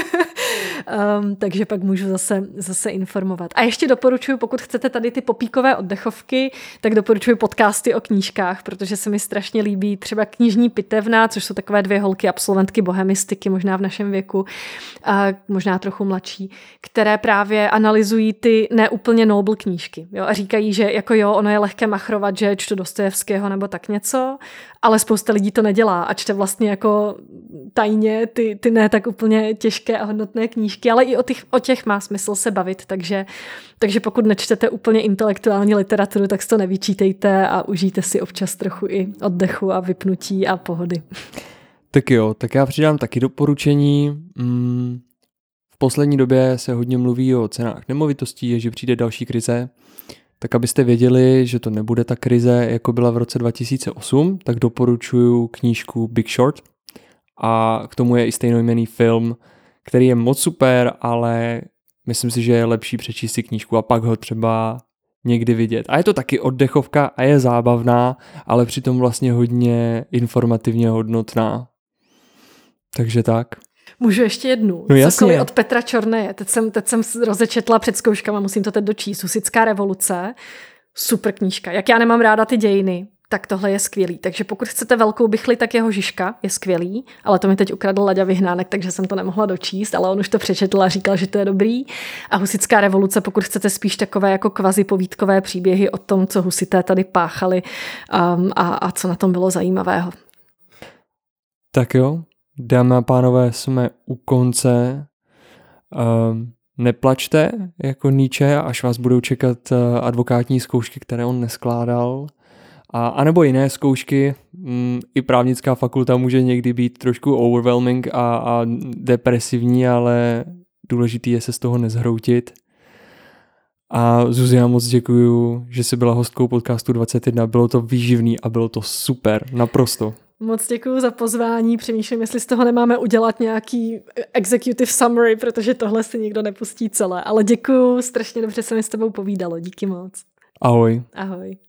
B: Takže pak můžu zase informovat. A ještě doporučuji, pokud chcete tady ty popíkové oddechovky, tak doporučuji podcasty o knížkách, protože se mi strašně líbí třeba Knižní pitevna, což jsou takové 2 holky, absolventky bohemistiky, možná v našem věku, a možná trochu mladší, které právě analyzují ty neúplně noble knížky. Jo? A říkají, že jako jo, ono je lehké machrovat, že čtu Dostojevského nebo tak něco, ale spousta lidí to nedělá a čte vlastně jako tajně ty ne tak úplně těžké a hodnotné knížky, ale i o těch má smysl se bavit, takže pokud nečtete úplně intelektuální literaturu, tak si to nevyčítejte a užijte si občas trochu i oddechu a vypnutí a pohody.
A: Tak jo, tak já přidám taky doporučení. V poslední době se hodně mluví o cenách nemovitostí, že přijde další krize. Tak abyste věděli, že to nebude ta krize, jako byla v roce 2008, tak doporučuji knížku Big Short. A k tomu je i stejnojmenný film, který je moc super, ale myslím si, že je lepší přečíst si knížku a pak ho třeba někdy vidět. A je to taky oddechovka a je zábavná, ale přitom vlastně hodně informativně hodnotná. Takže tak.
B: Můžu ještě jednu?
A: No jasně.
B: Od Petra Čorneje. Teď jsem rozečetla před zkouškama, musím to teď dočíst. Husitská revoluce. Super knížka. Jak já nemám ráda ty dějiny, tak tohle je skvělý. Takže pokud chcete velkou bychli, tak jeho Žižka je skvělý, ale to mi teď ukradl Laďa Vyhnánek, takže jsem to nemohla dočíst, ale on už to přečetl a říkal, že to je dobrý. A Husitská revoluce, pokud chcete spíš takové jako kvazi povídkové příběhy o tom, co husité tady páchali a co na tom bylo zajímavého.
A: Tak jo, dámy a pánové, jsme u konce. Neplačte jako Nietzsche, až vás budou čekat advokátní zkoušky, které on neskládal. A nebo jiné zkoušky, i právnická fakulta může někdy být trošku overwhelming a depresivní, ale důležitý je se z toho nezhroutit. A Zuzi, já moc děkuju, že jsi byla hostkou podcastu 21. Bylo to výživný a bylo to super, naprosto.
B: Moc děkuju za pozvání, přemýšlím, jestli z toho nemáme udělat nějaký executive summary, protože tohle si nikdo nepustí celé. Ale děkuju, strašně dobře se mi s tebou povídalo, díky moc.
A: Ahoj.
B: Ahoj.